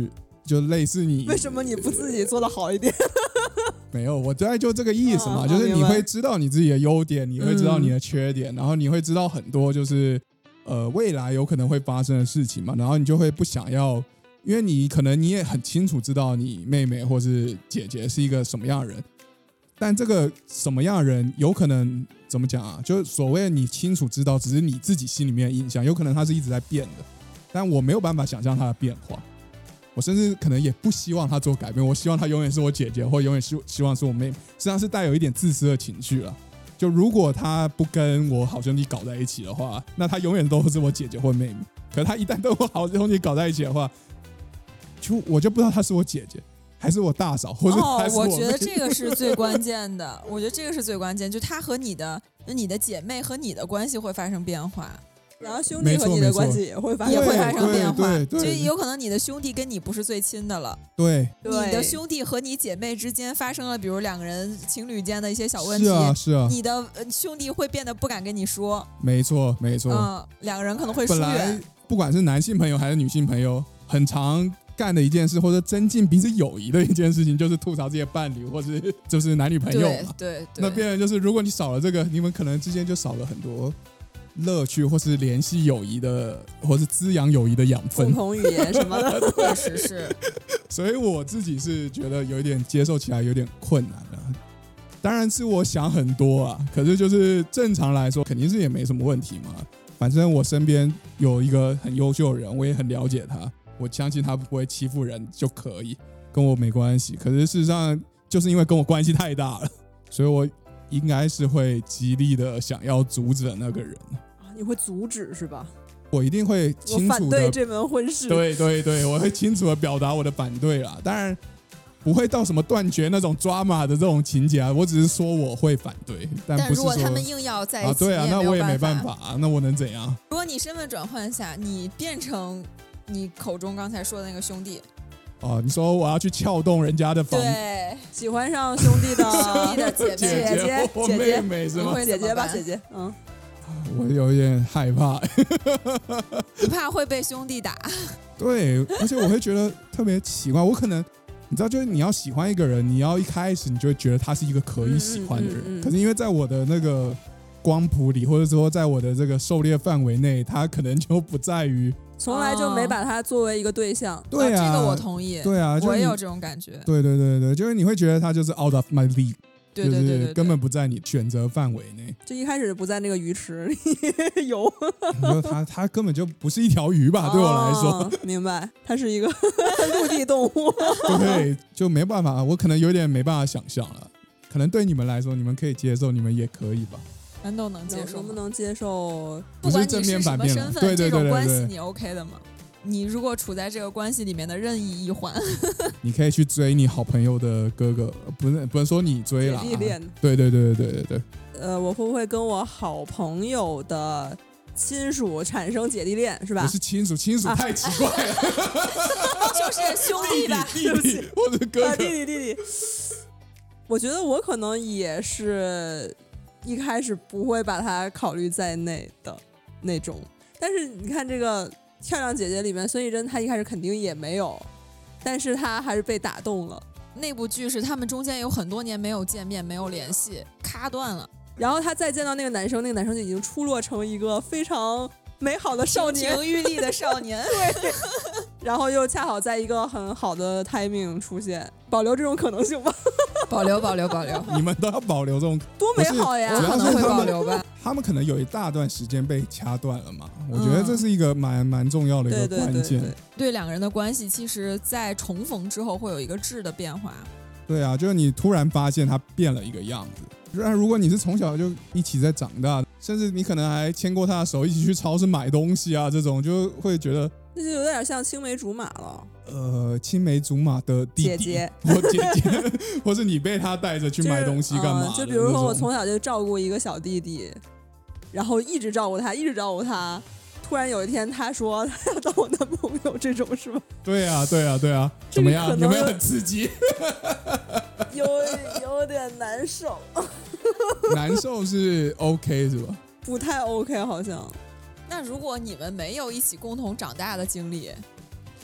就类似你为什么你不自己做得好一点？ 没有，我大概就这个意思嘛， 哦、 就是你会知道你自己的优点，你会知道你的缺点，嗯、然后你会知道很多就是呃未来有可能会发生的事情嘛，然后你就会不想要，因为你可能你也很清楚知道你妹妹或是姐姐是一个什么样的人，但这个什么样的人有可能怎么讲啊？就是所谓你清楚知道，只是你自己心里面的印象，有可能它是一直在变的，但我没有办法想象它的变化。我甚至可能也不希望他做改变，我希望他永远是我姐姐，或永远希希望是我妹妹，实际上是带有一点自私的情绪了。就如果他不跟我好兄弟搞在一起的话，那他永远都是我姐姐或妹妹。可是他一旦跟我好兄弟搞在一起的话，就我就不知道他是我姐姐还是我大嫂，或者还是我妹妹。 哦，我觉得这个是最关键的。我觉得这个是最关键，就他和你的、你的姐妹和你的关系会发生变化。 然后兄弟和你的关系也会发生也会发生变化， 对对对， 就有可能你的兄弟跟你不是最亲的了。 对， 你的兄弟和你姐妹之间发生了，比如两个人情侣间的一些小问题， 是啊是啊， 你的兄弟会变得不敢跟你说。 没错没错， 嗯，两个人可能会疏远。 本来不管是男性朋友还是女性朋友，很常干的一件事，或者增进彼此友谊的一件事情，就是吐槽这些伴侣或者就是男女朋友嘛。 对 对, 对， 那变成就是，如果你少了这个，你们可能之间就少了很多乐趣，或是联系友谊的，或是滋养友谊的养分， 共同语言什么的， 确实是。 所以我自己是觉得有一点接受起来有点困难了。当然是我想很多啊，可是就是正常来说，肯定是也没什么问题嘛。反正我身边有一个很优秀的人，我也很了解他，我相信他不会欺负人就可以，跟我没关系。可是事实上，就是因为跟我关系太大了，所以我应该是会极力的想要阻止的那个人。 你会阻止是吧？ 我一定会清楚的， 我反对这门婚事。 对对对，我会清楚的表达我的反对啦。当然不会到什么断绝那种抓马的这种情节啊，我只是说我会反对，但不是说但如果他们硬要在一起， 啊，对啊，那我也没办法啊，那我能怎样？ 如果你身份转换下，你变成你口中刚才说的那个兄弟。 哦，你说我要去撬动人家的房， 对， 喜欢上兄弟的兄弟的姐妹、 姐姐、 或姐姐、 妹妹是吗？ 姐姐吧，姐姐，嗯。 我有一点害怕， 你怕会被兄弟打？ 对，而且我会觉得特别奇怪，我可能你知道，就是你要喜欢一个人，你要一开始你就会觉得他是一个可以喜欢的人，嗯嗯嗯嗯，可是因为在我的那个光谱里，或者说在我的这个狩猎范围内，他可能就不在于。 从来就没把他作为一个对象。 对啊， 啊这个我同意。 对啊， 我也有这种感觉。 对对对对，就是你会觉得他就是 out of my league。 对对对 对, 对， 就是根本不在你选择范围内， 就一开始不在那个鱼池里游。 你说他他根本就不是一条鱼吧？哦、对我来说， 明白，它是一个陆地动物。 对，就没办法，我可能有点没办法想象了。可能对你们来说，你们可以接受，你们也可以吧？ 难道能接受？ 能不能接受？ 不管你是什么身份， 对对对对对， 这种关系你 OK 的吗？你如果处在这个关系里面的任意一环， 你可以去追你好朋友的哥哥，不是不是说你追啦， 姐弟恋。 对对对对对对。 呃，我会不会跟我好朋友的亲属产生姐弟恋，是吧？ 不是亲属，亲属太奇怪了， 啊、就是兄弟吧， 弟弟弟弟或者哥哥， 啊、弟弟弟弟。我觉得我可能也是一开始不会把他考虑在内的那种，但是你看这个。漂亮姐姐里面，孙艺珍她一开始肯定也没有，但是她还是被打动了。 那部剧是他们中间有很多年没有见面，没有联系，咔断了。 然后她再见到那个男生，那个男生就已经出落成一个非常美好的少年， 亭亭玉立的少年。 对，然后又恰好在一个很好的 timing 出现，保留这种可能性吧。 保留保留保留， 你们都要保留这种， 多美好呀！ 我可能会保留吧。 他们可能有一大段时间被掐断了嘛，我觉得这是一个蛮蛮重要的一个关键。对, 对, 对, 对, 对两个人的关系，其实在重逢之后会有一个质的变化。 对啊，就是你突然发现他变了一个样子。那如果你是从小就一起在长大，甚至你可能还牵过他的手，一起去超市买东西啊，这种就会觉得那就有点像青梅竹马了。 呃，青梅竹马的弟弟姐姐或姐姐，或是你被他带着去买东西干嘛、 就是呃？就比如说我从小就照顾一个小弟弟，然后一直照顾他，一直照顾他。突然有一天他说他要当我男朋友，这种是吧？ 对啊，对啊，对啊，怎么样？有没有很刺激？ 有有点难受。 难受是 OK 是吧？ 不太 OK 好像。 那如果你们没有一起共同长大的经历，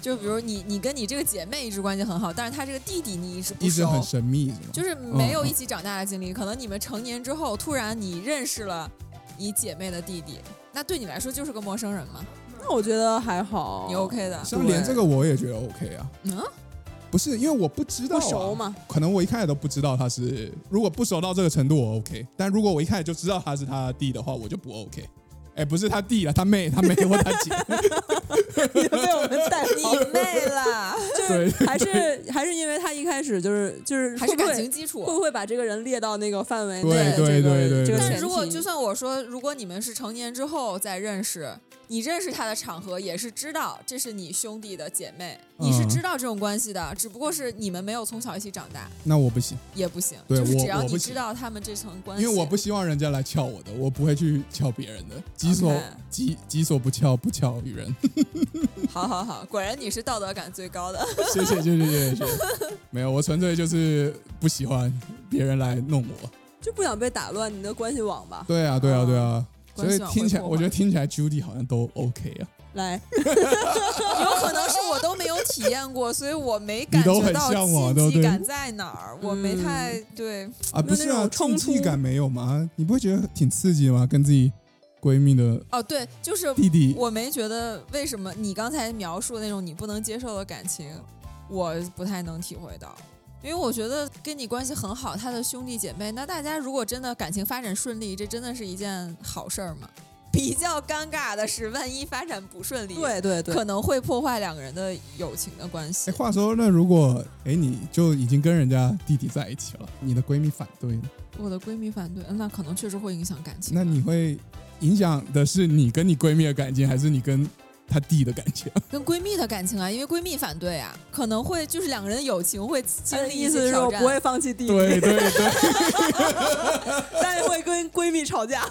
就比如你你跟你这个姐妹一直关系很好，但是她这个弟弟你一直不熟， 一直很神秘是吗？ 就是没有一起长大的经历、嗯、可能你们成年之后突然你认识了你姐妹的弟弟，那对你来说就是个陌生人吗？ 那我觉得还好， 你 OK 的。 像连这个我也觉得 OK 啊。 嗯， 不是因为我不知道、啊、 不熟嘛， 可能我一开始都不知道他是，如果不熟到这个程度我 OK， 但如果我一开始就知道他是他弟的话我就不 OK。哎，不是他弟了，他妹，他妹或他姐， 你被我们带你妹了， 就是还是还是因为他一开始就是就是还是感情基础， 会不会把这个人列到那个范围内？ 对对对对对。 但如果就算我说，如果你们是成年之后再认识，你认识他的场合也是知道这是你兄弟的姐妹， 嗯、 你是知道这种关系的，只不过是你们没有从小一起长大。 那我不行， 也不行， 对， 就是只要你知道他们这层关系， 因为我不希望人家来撬我的，我不会去撬别人的。己所、okay. 己己所不撬，不撬于人。 好好好，果然你是道德感最高的。 谢谢谢谢谢谢。没有，我纯粹就是不喜欢别人来弄我， 就不想被打乱你的关系网吧。 对啊对啊对啊。所以听起来，我觉得听起来 Judy 好像都 OK 啊。 来， 有可能是我都没有体验过，所以我没感觉到禁忌感在哪儿，我没太对啊，不是啊，禁忌感没有吗？你不会觉得挺刺激吗？跟自己闺蜜的哦，对，就是弟弟， 我没觉得为什么你刚才描述那种你不能接受的感情，我不太能体会到。因为我觉得跟你关系很好，他的兄弟姐妹，那大家如果真的感情发展顺利，这真的是一件好事儿吗？比较尴尬的是，万一发展不顺利， 对对对， 可能会破坏两个人的友情的关系。 哎，话说，那如果哎你就已经跟人家弟弟在一起了，你的闺蜜反对呢？ 我的闺蜜反对，那可能确实会影响感情。 那你会影响的是你跟你闺蜜的感情，还是你跟她弟的感情？ 跟闺蜜的感情啊，因为闺蜜反对啊，可能会就是两个人的友情会经历一些挑战。意思是我不会放弃弟弟， 对对对， 但是会跟闺蜜吵架。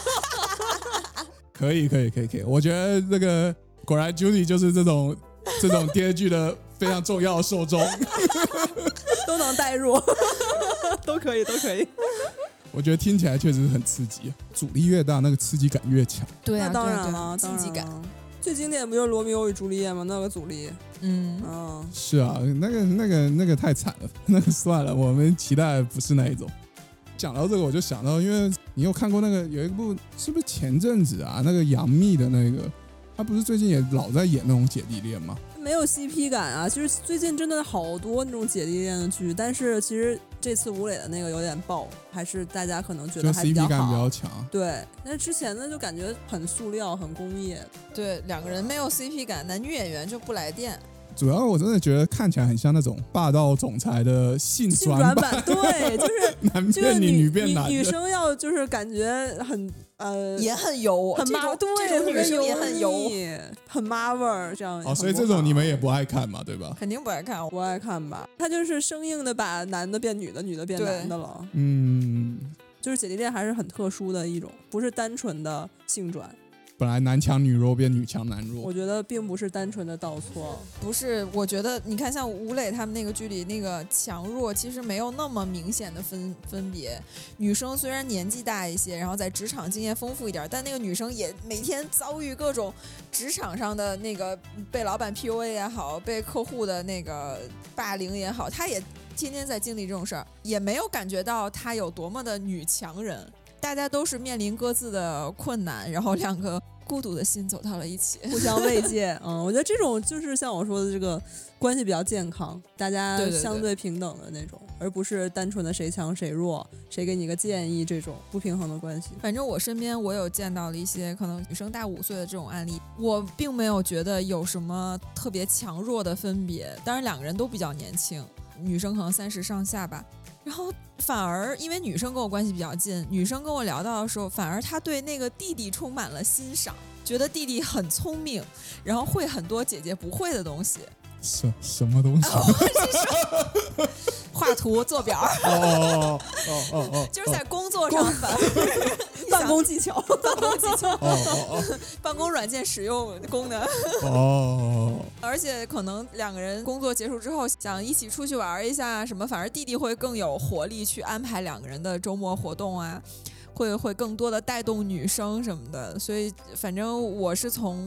可以可以可以可以，我觉得这个果然 Judy 就是这种这种电视剧的非常重要的受众， 都能带入，都可以都可以。 我觉得听起来确实是很刺激，阻力越大，那个刺激感越强。 对啊， 那当然了， 刺激感。 最经典不就是罗密欧与朱丽叶吗？那个阻力， 嗯嗯， 是啊，那个那个那个太惨了，那个算了，我们期待不是那一种。讲到这个，我就想到，因为你有看过那个有一部，是不是前阵子啊？那个杨幂的那个，她不是最近也老在演那种姐弟恋吗？ 没有 C P 感啊，就是最近真的好多那种姐弟恋的剧，但是其实这次吴磊的那个有点爆，还是大家可能觉得还比较好， 就 C P 感比较强。 对，但是之前的就感觉很塑料、很工业。 对，两个人没有 C P 感，男女演员就不来电。 主要我真的觉得看起来很像那种霸道总裁的性转版， 对，就是男变女，女变男， 女生要就是感觉很呃也很油， 很妈，对， 这种女生也很油， 很妈味儿这样。 哦，所以这种你们也不爱看嘛，对吧？ 肯定不爱看， 不爱看吧？他就是生硬的把男的变女的，女的变男的了。 嗯， 就是姐弟恋还是很特殊的一种，不是单纯的性转。 本来男强女弱变女强男弱， 我觉得并不是单纯的倒错， 不是。我觉得你看，像吴磊他们那个剧里那个强弱，其实没有那么明显的分分别。女生虽然年纪大一些，然后在职场经验丰富一点，但那个女生也每天遭遇各种职场上的那个被老板 P U A 也好，被客户的那个霸凌也好，她也天天在经历这种事儿，也没有感觉到她有多么的女强人。大家都是面临各自的困难，然后两个孤独的心走到了一起， 互相慰藉。嗯，我觉得这种就是像我说的这个关系比较健康，大家相对平等的那种，对对对，而不是单纯的谁强谁弱，谁给你个建议这种不平衡的关系。 反正我身边我有见到了一些可能女生大五岁的这种案例，我并没有觉得有什么特别强弱的分别。当然两个人都比较年轻，女生可能三十上下吧。然后反而因为女生跟我关系比较近，女生跟我聊到的时候，反而她对那个弟弟充满了欣赏，觉得弟弟很聪明，然后会很多姐姐不会的东西。 什什么东西？ 哦、画图做表。 哦哦哦哦哦， 就是在工作上办办公技巧， 办公技巧， 哦哦哦， 办公软件使用功能。 哦， 而且可能两个人工作结束之后想一起出去玩一下什么，反而弟弟会更有活力去安排两个人的周末活动啊，会会更多的带动女生什么的。所以反正我是从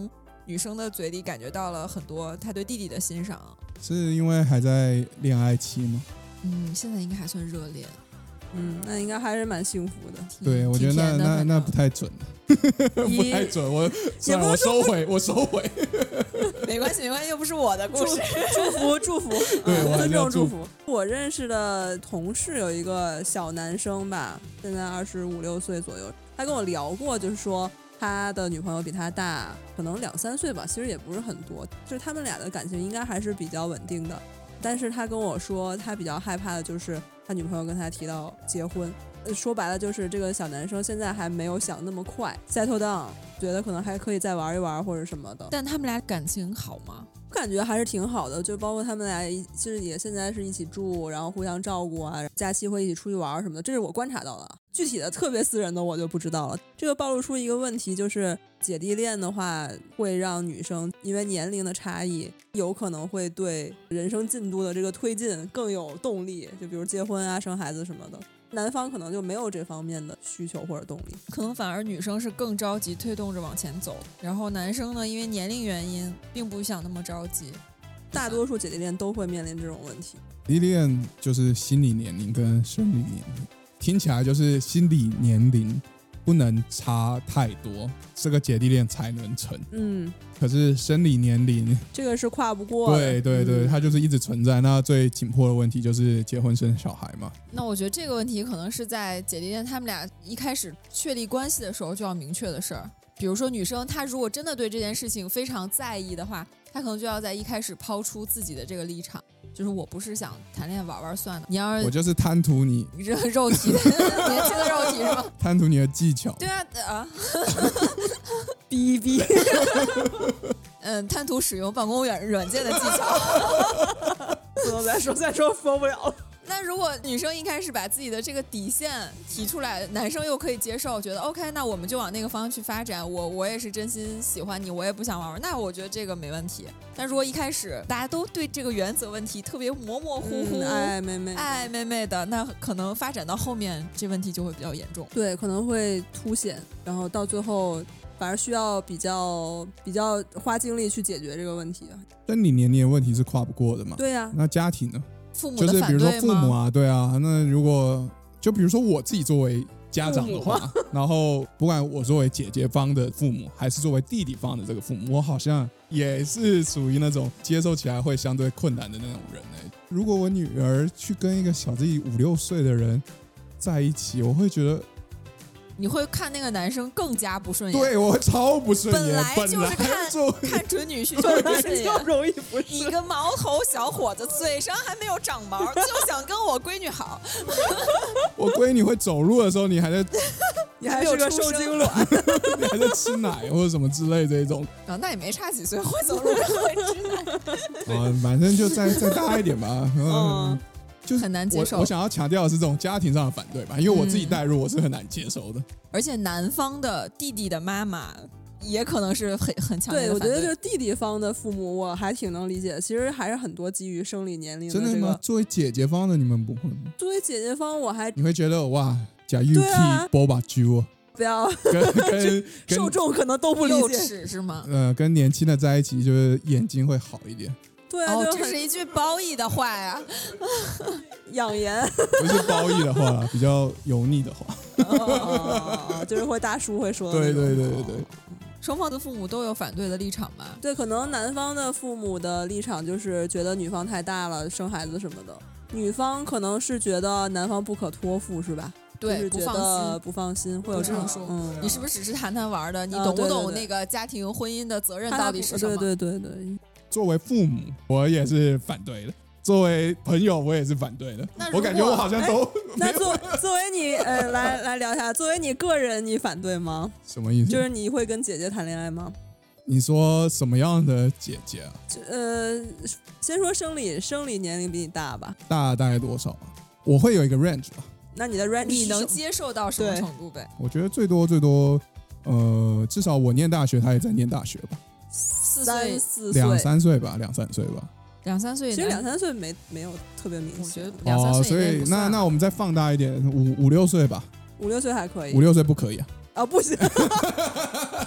女生的嘴里感觉到了很多他对弟弟的欣赏。 是因为还在恋爱期吗？ 嗯，现在应该还算热恋。 嗯，那应该还是蛮幸福的。 对，我觉得那那那不太准，不太准。我算了，我收回，我收回。 没关系，没关系，又不是我的故事。 祝福，祝福， 对，我还是要祝福。我认识的同事有一个小男生吧，现在二十五六岁左右，他跟我聊过，就是说他的女朋友比他大，可能两三岁吧，其实也不是很多，就是他们俩的感情应该还是比较稳定的。但是他跟我说，他比较害怕的就是他女朋友跟他提到结婚，说白了就是这个小男生现在还没有想那么快 settle down， 觉得可能还可以再玩一玩或者什么的。 但他们俩感情好吗？ 我感觉还是挺好的，就包括他们俩其实也现在是一起住，然后互相照顾啊，假期会一起出去玩什么的，这是我观察到的。具体的特别私人的我就不知道了。这个暴露出一个问题，就是姐弟恋的话会让女生因为年龄的差异有可能会对人生进度的这个推进更有动力，就比如结婚啊生孩子什么的。男方可能就没有这方面的需求或者动力， 可能反而女生是更着急推动着往前走，然后男生呢因为年龄原因并不想那么着急。 大多数姐弟恋都会面临这种问题。 姐弟恋就是心理年龄跟生理年龄，听起来就是心理年龄不能差太多，这个姐弟恋才能成。 嗯， 可是生理年龄这个是跨不过的。 对对对、嗯、它就是一直存在。那最紧迫的问题就是结婚生小孩嘛。 那我觉得这个问题可能是在姐弟恋他们俩一开始确立关系的时候就要明确的事儿。比如说女生她如果真的对这件事情非常在意的话，她可能就要在一开始抛出自己的这个立场，就是我不是想谈恋爱玩玩算了，你要是我就是贪图你肉肉体的年轻的肉体是吗？ 贪图你的技巧。 对啊啊， 哔哔， 嗯，贪图使用办公软软件的技巧。 不能再说，再说受不了了。 那如果女生一开始把自己的这个底线提出来，男生又可以接受，觉得 OK， 那我们就往那个方向去发展。我我也是真心喜欢你，我也不想玩玩，那我觉得这个没问题。但如果一开始大家都对这个原则问题特别模模糊糊、 暧暧昧昧、 暧暧昧昧的，那可能发展到后面这问题就会比较严重。 对，可能会凸显，然后到最后反而需要比较比较花精力去解决这个问题。 生理年龄的问题是跨不过的嘛？ 对呀、啊。 那家庭呢？ 父母的反对吗？ 就是比如说父母啊，对啊，那如果就比如说我自己作为家长的话，然后不管我作为姐姐方的父母，还是作为弟弟方的这个父母，我好像也是属于那种接受起来会相对困难的那种人哎、欸。如果我女儿去跟一个小自己五六岁的人在一起，我会觉得。 你会看那个男生更加不顺眼， 对我超不顺眼， 本来就是看就看准女婿就不顺眼， 就容易不顺。 你个毛头小伙子，嘴上还没有长毛，就想跟我闺女好。 我闺女会走路的时候，你还在， 你还是个受精卵， 你还在吃奶或者什么之类这种。 啊，那也没差几岁，会走路会吃奶。 啊，反正就再再大一点吧。嗯。就很难接受。 我, 我想要强调的是这种家庭上的反对吧，因为我自己带入我是很难接受的。嗯、 而且男方的弟弟的妈妈也可能是很很强烈的反对。 对，我觉得就是弟弟方的父母，我还挺能理解。其实还是很多基于生理年龄的、这个。 真的吗？作为姐姐方的你们不会吗？ 作为姐姐方，我还你会觉得哇，假 Yuki Boba Ju。 不要跟跟受众可能都不理解是吗？ 呃，跟年轻的在一起，就是眼睛会好一点。 对啊， 哦， 就这是一句褒义的话呀， 养颜不是褒义的话，比较油腻的话， 哦、就是会大叔会说的。 对对对对对。 双方的父母都有反对的立场吧？ 对，可能男方的父母的立场就是觉得女方太大了，生孩子什么的；女方可能是觉得男方不可托付，是吧？ 对， 就是觉得不放心，会有这种说。嗯， 你是不是只是谈谈玩的？你懂不懂那个家庭婚姻的责任到底是什么？ 对对对对。 作为父母，我也是反对的；作为朋友，我也是反对的。我感觉我好像都…… 那作作为你，呃，来来聊一下，作为你个人，你反对吗？ 什么意思？ 就是你会跟姐姐谈恋爱吗？ 你说什么样的姐姐啊？ 呃，先说生理生理年龄比你大吧。 大大概多少啊？我会有一个 range 吧。 那你的 range 你能接受到什么程度呗？ 我觉得最多最多，呃，至少我念大学，他也在念大学吧。 四岁四岁两三岁吧，两三岁吧， 两三岁， 其实两三岁没没有特别明显， 我觉得两三岁、 哦、所以那那我们再放大一点，五五六岁吧， 五六岁还可以， 五六岁不可以啊， 啊不行，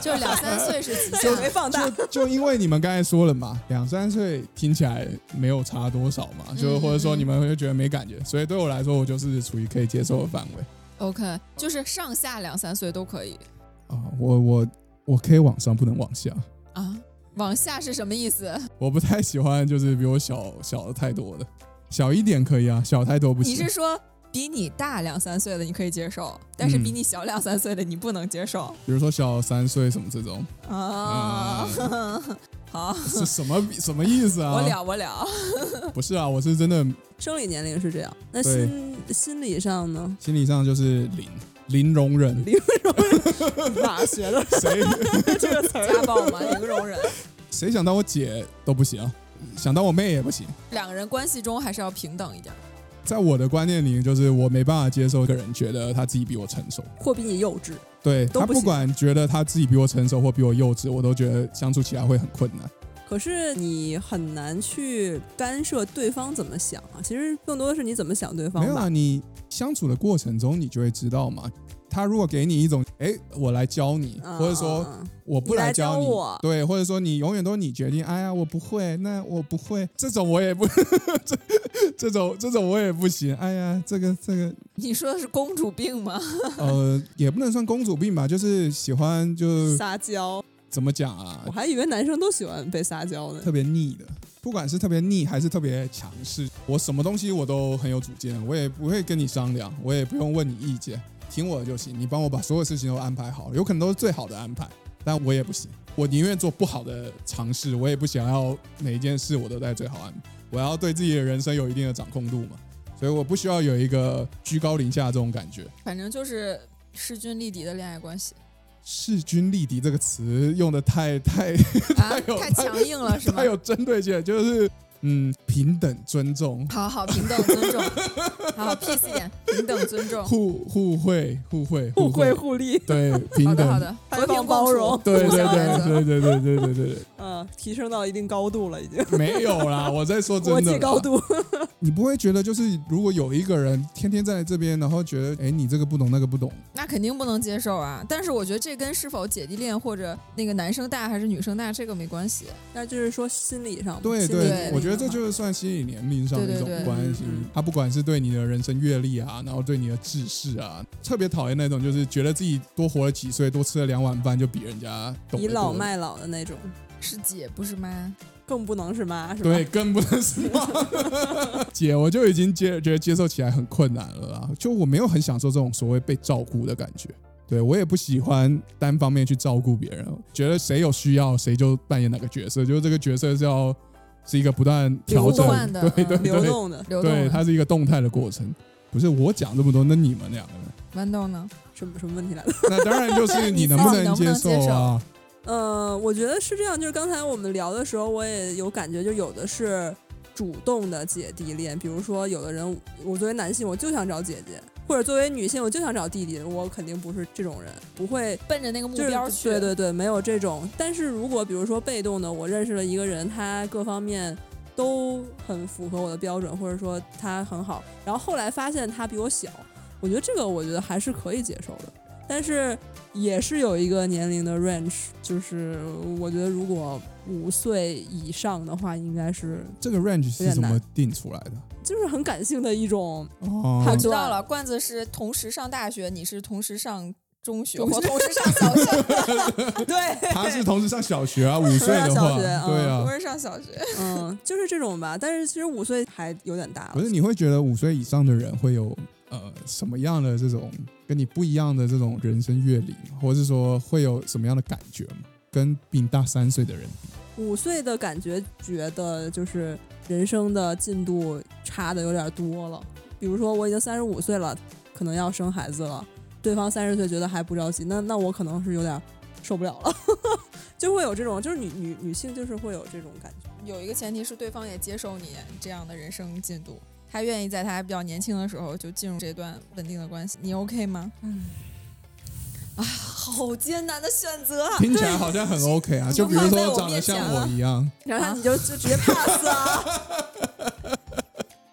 就是两三岁是极就限。 没放大。 就就因为你们刚才说了嘛，两三岁听起来没有差多少嘛，就嗯或者说你们会觉得没感觉，所以对我来说，我就是处于可以接受的范围 OK， 就是上下两三岁都可以啊。我我我可以往上，不能往下。 啊。往下是什么意思？ 我不太喜欢就是比我小小的太多的，小一点可以啊，小太多不行。 你是说比你大两三岁的你可以接受，但是嗯比你小两三岁的你不能接受比如说小三岁什么这种， 啊？好， 是什么什么意思啊？ 我了我了。 不是啊，我是真的生理年龄是这样，那对心心理上呢？ 心理上就是零零容忍。 零容忍哪学的谁这个词儿？ 家暴嘛，零容忍。 谁想当我姐都不行，想当我妹也不行。 两个人关系中还是要平等一点。 在我的观念里，就是我没办法接受一个人觉得他自己比我成熟， 或比你幼稚， 对他不都不行管觉得他自己比我成熟或比我幼稚，我都觉得相处起来会很困难。 可是你很难去干涉对方怎么想啊。其实更多的是你怎么想对方吧。 没有啊，你相处的过程中，你就会知道嘛。他如果给你一种，哎，我来教你， 嗯或者说嗯我不来教你， 你来教我对，或者说你永远都你决定，哎呀，我不会，那我不会，这种我也不，这这种这种我也不行，哎呀，这个这个， 你说的是公主病吗？ 呃，也不能算公主病吧，就是喜欢就撒娇， 怎么讲啊我，还以为男生都喜欢被撒娇呢。 特别腻的。不管是特别腻还是特别强势，我什么东西我都很有主见，我也不会跟你商量，我也不用问你意见，听我的就行。你帮我把所有事情都安排好，有可能都是最好的安排，但我也不行。我宁愿做不好的尝试，我也不想要每一件事我都在最好安排。我要对自己的人生有一定的掌控度嘛，所以我不需要有一个居高临下这种感觉。 反正就是势均力敌的恋爱关系势均力敌这个词用的太太啊， 有太强硬了是吗太？有针对性，就是嗯平等尊重。 好好平等尊重，好好 peace 一点，平等尊重。 互互惠互惠互惠惠互利， 对平等好的好的， 开和平放包容共处对对互相原则对对对对对对对嗯，提升到一定高度了，已经对，没有啦，我在说真国的啦际高度。 你不会觉得就是如果有一个人天天在这边，然后觉得哎你这个不懂那个不懂， 那肯定不能接受啊！但是我觉得这跟是否姐弟恋或者那个男生大还是女生大这个没关系。 那就是说心理上嘛，心理对对对， 我觉得这就是算心理年龄上的一种对对对关系嗯嗯。 他不管是对你的人生阅历啊，然后对你的知识啊，特别讨厌那种就是觉得自己多活了几岁，多吃了两碗饭就比人家懂得多。 倚老卖老的那种， 是姐不是妈， 更不能是妈，是吧？ 对，更不能是妈姐，我就已经接觉得接受起来很困难了啦。就我没有很享受这种所谓被照顾的感觉，对我也不喜欢单方面去照顾别人，觉得谁有需要谁就扮演哪个角色，就是这个角色是要是一个不断调整流动的对对嗯流对， 动的对， 流动的。 它是一个动态的过程。不是我讲这么多，那你们两个人， 豌豆呢？ 什么什么问题来了？ 那当然就是你能不能接受啊？ 呃，我觉得是这样，就是刚才我们聊的时候，我也有感觉，就有的是主动的姐弟恋，比如说有的人，我作为男性我就想找姐姐，或者作为女性我就想找弟弟，我肯定不是这种人，不会奔着那个目就是标去。 对对对，没有这种。但是如果比如说被动的，我认识了一个人，他各方面都很符合我的标准，或者说他很好，然后后来发现他比我小，我觉得这个我觉得还是可以接受的。但是也是有一个年龄的 range， 就是我觉得如果五岁以上的话，应该是这个 range 是怎么有点难定出来的？ 就是很感性的一种哦， 判断我知道了，罐子是同时上大学，你是同时上中学中学或同时上小学， 对， 他是同时上小学啊，五岁的话， 上小学嗯对啊我，是上小学。 嗯，就是这种吧。但是其实五岁还有点大了， 可是你会觉得五岁以上的人会有呃什么样的这种跟你不一样的这种人生阅历吗？或者是说会有什么样的感觉吗？跟比你大三岁的人比， 五岁的感觉，觉得就是人生的进度差的有点多了。比如说我已经三十五岁了，可能要生孩子了，对方三十岁觉得还不着急，那那我可能是有点受不了了，就会有这种，就是女女女性就是会有这种感觉。 有一个前提是对方也接受你这样的人生进度，他愿意在他比较年轻的时候就进入这段稳定的关系，你 OK 吗？ 嗯， 啊，好艰难的选择啊！ 听起来好像很 OK 啊， 你就比如放在我说长得像面前了我一样， 然后你就就直接 pass 啊。但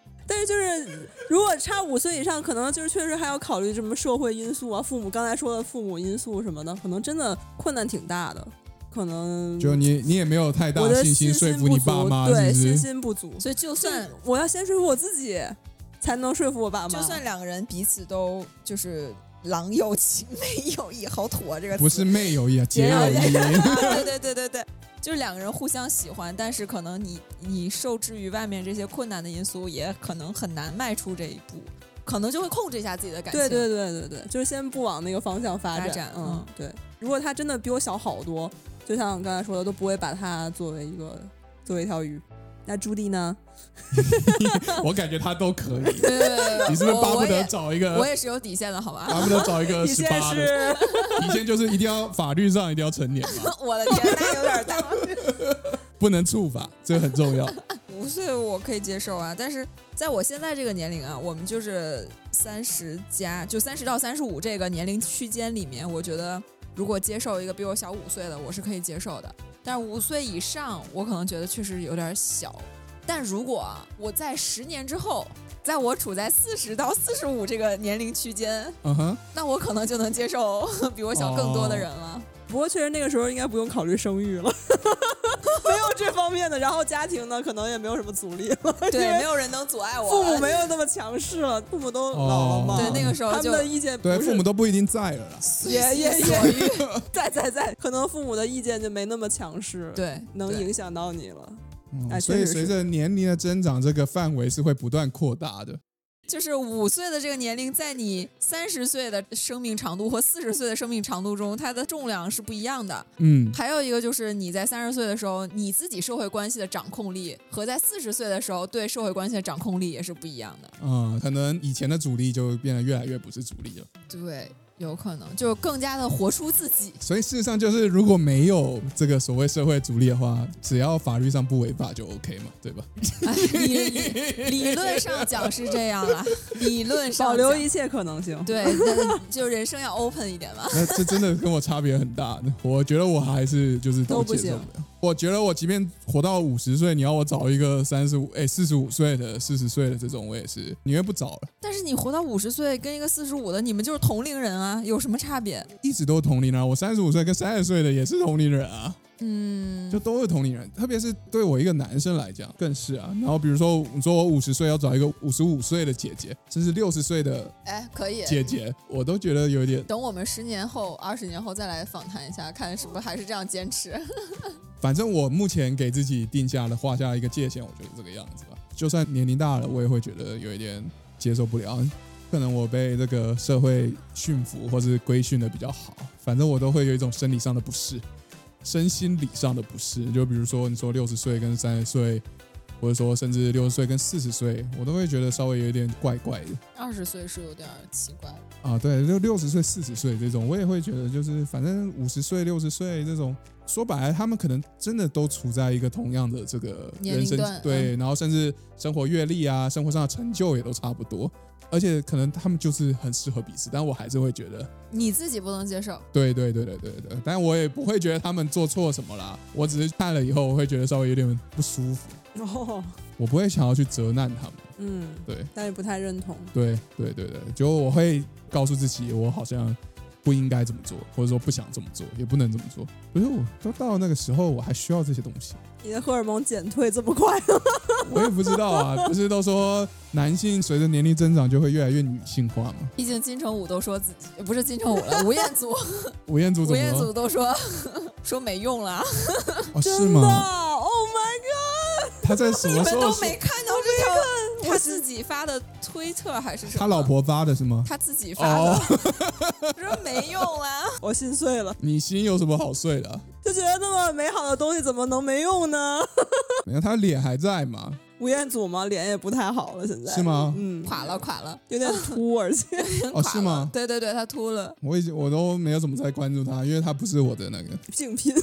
为就是如果差五岁以上，可能就是确实还要考虑什么社会因素啊，父母刚才说的父母因素什么的，可能真的困难挺大的。可能就你你也没有太大的信心说服你爸妈， 对， 是不是信心不足。 所以就算我要先说服我自己，才能说服我爸妈。 就算两个人彼此都就是郎有情妹有意，好土啊这个词。 不是妹有意啊，姐有意。 对对对对对，就是两个人互相喜欢，但是可能你你受制于外面这些困难的因素，也可能很难迈出这一步，可能就会控制一下自己的感情。 对对对对对，就是先不往那个方向发展。 发展嗯， 嗯对。如果他真的比我小好多，就像我刚才说的，都不会把他作为一个作为一条鱼。那朱棣呢？ 我感觉他都可以。 对对对对， 你是不是巴不得找一个？ 我也是有底线的，好吧？ 巴不得找一个底十八线的。底线就是一定要法律上一定要成年嘛。 我的天，那有点大。 不能触法，这个很重要。 五岁我可以接受啊，但是在我现在这个年龄啊，我们就是三十加，就三十到三十五这个年龄区间里面，我觉得如果接受一个比我小五岁的，我是可以接受的。但是五岁以上，我可能觉得确实有点小。但如果啊，我在十年之后，在我处在四十到四十五这个年龄区间， 嗯哼， 那我可能就能接受比我小更多的人了。 哦不过确实那个时候应该不用考虑生育了，没有这方面的，然后家庭呢可能也没有什么阻力了， 对，没有人能阻碍我， 父母没有那么强势了，父母都老了嘛， 哦对，那个时候就他们的意见不是对，父母都不一定在了啦。 也也所也欲在在在，可能父母的意见就没那么强势，， 对，对能影响到你了。 嗯哎所以确实是随着年龄的增长，这个范围是会不断扩大的。 就是五岁的这个年龄，在你三十岁的生命长度和四十岁的生命长度中，它的重量是不一样的。 嗯， 还有一个就是你在三十岁的时候，你自己社会关系的掌控力和在四十岁的时候对社会关系的掌控力也是不一样的。 嗯，可能以前的阻力就变得越来越不是阻力了。 对，有可能就更加的活出自己。 所以事实上就是，如果没有这个所谓社会阻力的话，只要法律上不违法就 OK 嘛，对吧？ 哎、理理理论上讲是这样啦，理论上保讲留一切可能性。 对，那就人生要 open 一点嘛。 那这真的跟我差别很大。我觉得我还是就是都不行接受不了。我觉得我即便活到五十岁，你要我找一个三十五哎四十五岁的、四十岁的这种，我也是宁愿不找了。 但是你活到五十岁，跟一个四十五的，你们就是同龄人啊，有什么差别？ 一直都同龄人啊，我三十五岁跟三十岁的也是同龄人啊。 嗯， 就都是同龄人，特别是对我一个男生来讲更是啊。然后比如说，你说我五十岁要找一个五十五岁的姐姐，甚至六十岁的哎，可以姐姐，我都觉得有点。 等我们十年后、二十年后再来访谈一下，看是不是还是这样坚持。 反正我目前给自己定下了画下一个界限，我觉得这个样子吧。就算年龄大了，我也会觉得有一点接受不了。可能我被这个社会驯服或是规训的比较好，反正我都会有一种生理上的不适。身心理上的不适，就比如说你说六十岁跟三十岁，或者说甚至六十岁跟四十岁，我都会觉得稍微有点怪怪的。 二十岁是有点奇怪啊，对，就六十岁、四十岁这种，我也会觉得就是反正五十岁、六十岁这种，说白了，他们可能真的都处在一个同样的这个人生对、嗯，然后甚至生活阅历啊、生活上的成就也都差不多。而且可能他们就是很适合彼此，但我还是会觉得你自己不能接受。 对对对对对对，但我也不会觉得他们做错什么啦。我只是看了以后，我会觉得稍微有点不舒服。 哦， 我不会想要去责难他们。 嗯， 对， 但是不太认同。 对对对对，就我会告诉自己，我好像不应该这么做，或者说不想这么做，也不能这么做。可是我都到那个时候，我还需要这些东西。 你的荷尔蒙减退这么快？ 我也不知道啊，不是都说男性随着年龄增长就会越来越女性化吗？ 毕竟金城武都说自己不是金城武了，吴彦祖， 吴彦祖怎么了？ 吴彦祖都说说没用了。 哦，是吗 ？Oh my god！ 他在什么时候？ 你们都没看到这条他自己发的推特还是什么？ 他老婆发的是吗？ 他自己发的，哦、说没用啦， 我心碎了。 你心有什么好碎的、啊？ 就觉得那么美好的东西怎么能没用呢？ 没有，他脸还在嘛。 吴彦祖嘛，脸也不太好了，现在是吗？ 嗯，垮了，垮了， 有点秃，而且哦，是吗？ 对对对，他秃了。 我已经我都没有怎么在关注他，因为他不是我的那个竞拼。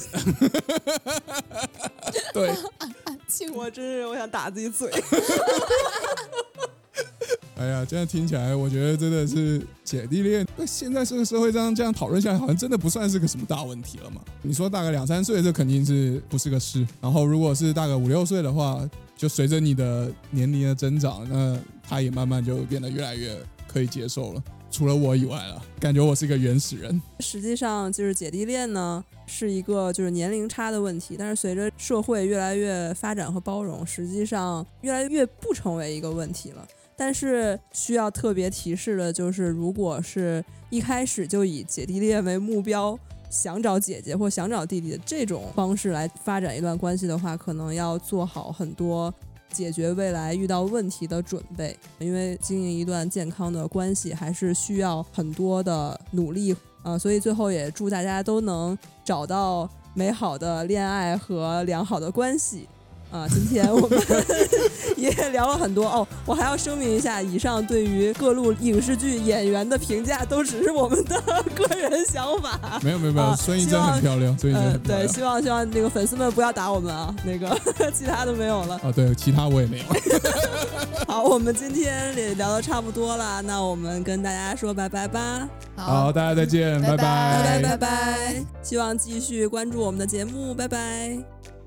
对， 我真是我想打自己嘴。 哎呀，这样听起来，我觉得真的是姐弟恋会现在这个社会上这样讨论下来，好像真的不算是个什么大问题了嘛。你说大概两三岁，这肯定是不是个事。然后如果是大概五六岁的话，就随着你的年龄的增长，那他也慢慢就变得越来越可以接受了。除了我以外了，感觉我是一个原始人。 实际上就是姐弟恋呢是一个就是年龄差的问题，但是随着社会越来越发展和包容，实际上越来越不成为一个问题了。但是需要特别提示的就是，如果是一开始就以姐弟恋为目标，想找姐姐或想找弟弟的这种方式来发展一段关系的话，可能要做好很多解决未来遇到问题的准备，因为经营一段健康的关系还是需要很多的努力啊、呃，所以最后也祝大家都能找到美好的恋爱和良好的关系啊！今天我们也聊了很多哦，我还要声明一下，以上对于各路影视剧演员的评价都只是我们的个人想法。 没有没有没有，孙艺珍很漂亮，孙艺珍很漂亮。 对，希望希望那个粉丝们不要打我们啊，那个其他都没有了。 哦，对，其他我也没有。 好，我们今天也聊得差不多了，那我们跟大家说拜拜吧。 好，大家再见，拜拜拜拜拜拜拜，希望继续关注我们的节目，拜拜。